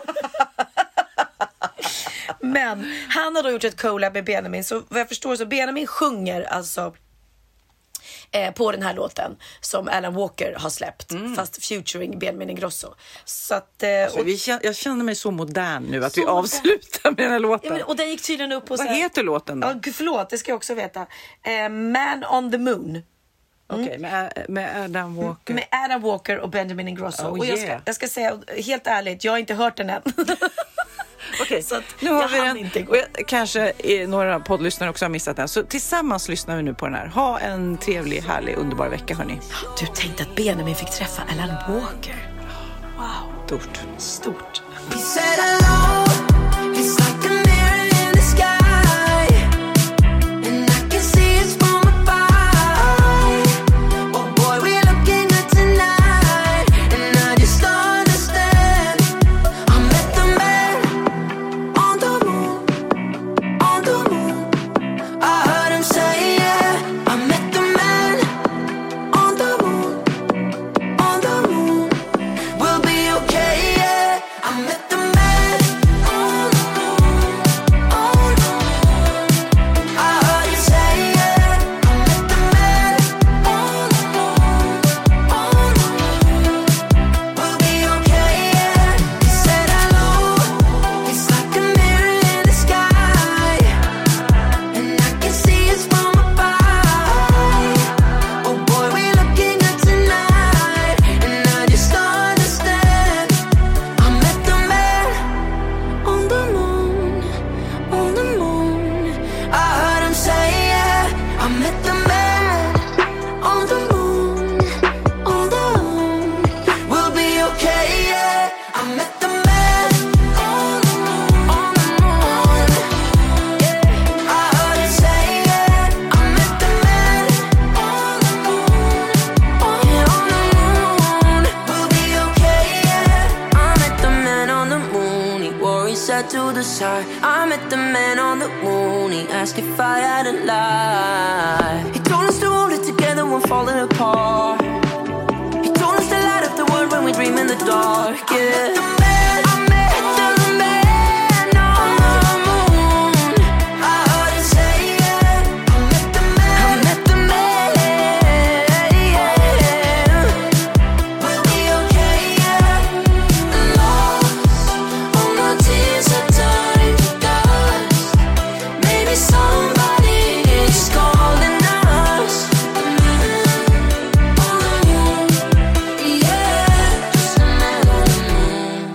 Men han har då gjort ett collab med Benjamin. Så vad jag förstår så Benjamin sjunger alltså eh, på den här låten som Alan Walker har släppt. Mm. Fast featuring Benjamin Ingrosso. Så att, eh, alltså, och, vi känner, jag känner mig så modern nu att vi avslutar med den här låten. Ja, men, och den gick tydligen upp på... Vad heter låten då? Ja, förlåt, det ska jag också veta. Eh, Man on the Moon. Mm. Okej, okay, med, med Adam Walker. Med Adam Walker och Benjamin Ingrosso. Oh, och jag, yeah. ska, jag ska säga, helt ärligt, jag har inte hört den än. Okej, okay, nu har vi den. Inte och jag, kanske några poddlyssnare också har missat den. Så tillsammans lyssnar vi nu på den här. Ha en trevlig, härlig, underbar vecka, hörni. Du tänkte att Benjamin fick träffa Alan Walker. Wow. Stort. Stort. We said hello. It's like a mirror in the sky. And I can see it's from above. Oh boy, we're looking good tonight. And I just don't understand. I met the man on the moon, on the moon. I heard him say yeah. I met the man on the moon, on the moon. We'll be okay, yeah. I met the man on the moon, on the moon. I heard him say yeah. I met the man on the moon, on the moon. We'll be okay, yeah. He said hello. It's like a mirror in the sky. And I can see it's from above. Oh boy, we're looking good tonight. And I just don't understand. I met the man on the moon, on the moon. I heard him say yeah. I met the man on the moon, on the moon. We'll be okay, yeah. I met the man on the moon, on the moon. Yeah, I heard him say yeah. I met the man on the moon, on the moon. We'll be okay, yeah. I met the man on the moon. He wore his hat to the side. I met the man on the moon. He asked if I had a life. He told us to hold it together when falling apart. He told us to light up the world when we dream in the dark. Yeah. I met the man on the moon. I heard him say yeah. I met the man. I met the man. Yeah. We'll be okay, yeah. Lost all my tears are turned to dust. Maybe somebody is calling us. The man on the moon. Yeah, just the man on the moon.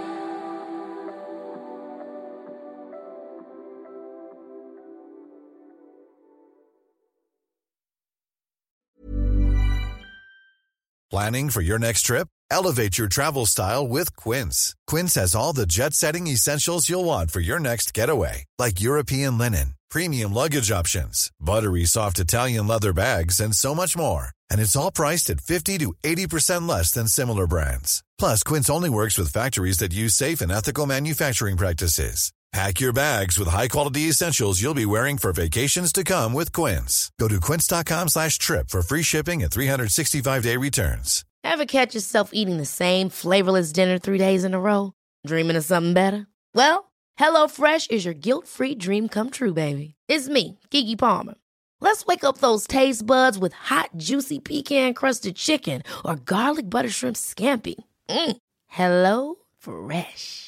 Planning for your next trip? Elevate your travel style with Quince. Quince has all the jet-setting essentials you'll want for your next getaway, like European linen, premium luggage options, buttery soft Italian leather bags, and so much more. And it's all priced at fifty to eighty percent less than similar brands. Plus, Quince only works with factories that use safe and ethical manufacturing practices. Pack your bags with high-quality essentials you'll be wearing for vacations to come with Quince. Go to quince.com slash trip for free shipping and three sixty-five day returns. Ever catch yourself eating the same flavorless dinner three days in a row? Dreaming of something better? Well, HelloFresh is your guilt-free dream come true, baby. It's me, Keke Palmer. Let's wake up those taste buds with hot, juicy pecan-crusted chicken or garlic butter shrimp scampi. Mm. Hello Fresh.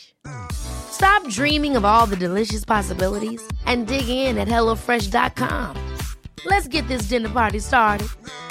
Stop dreaming of all the delicious possibilities and dig in at hello fresh dot com. Let's get this dinner party started.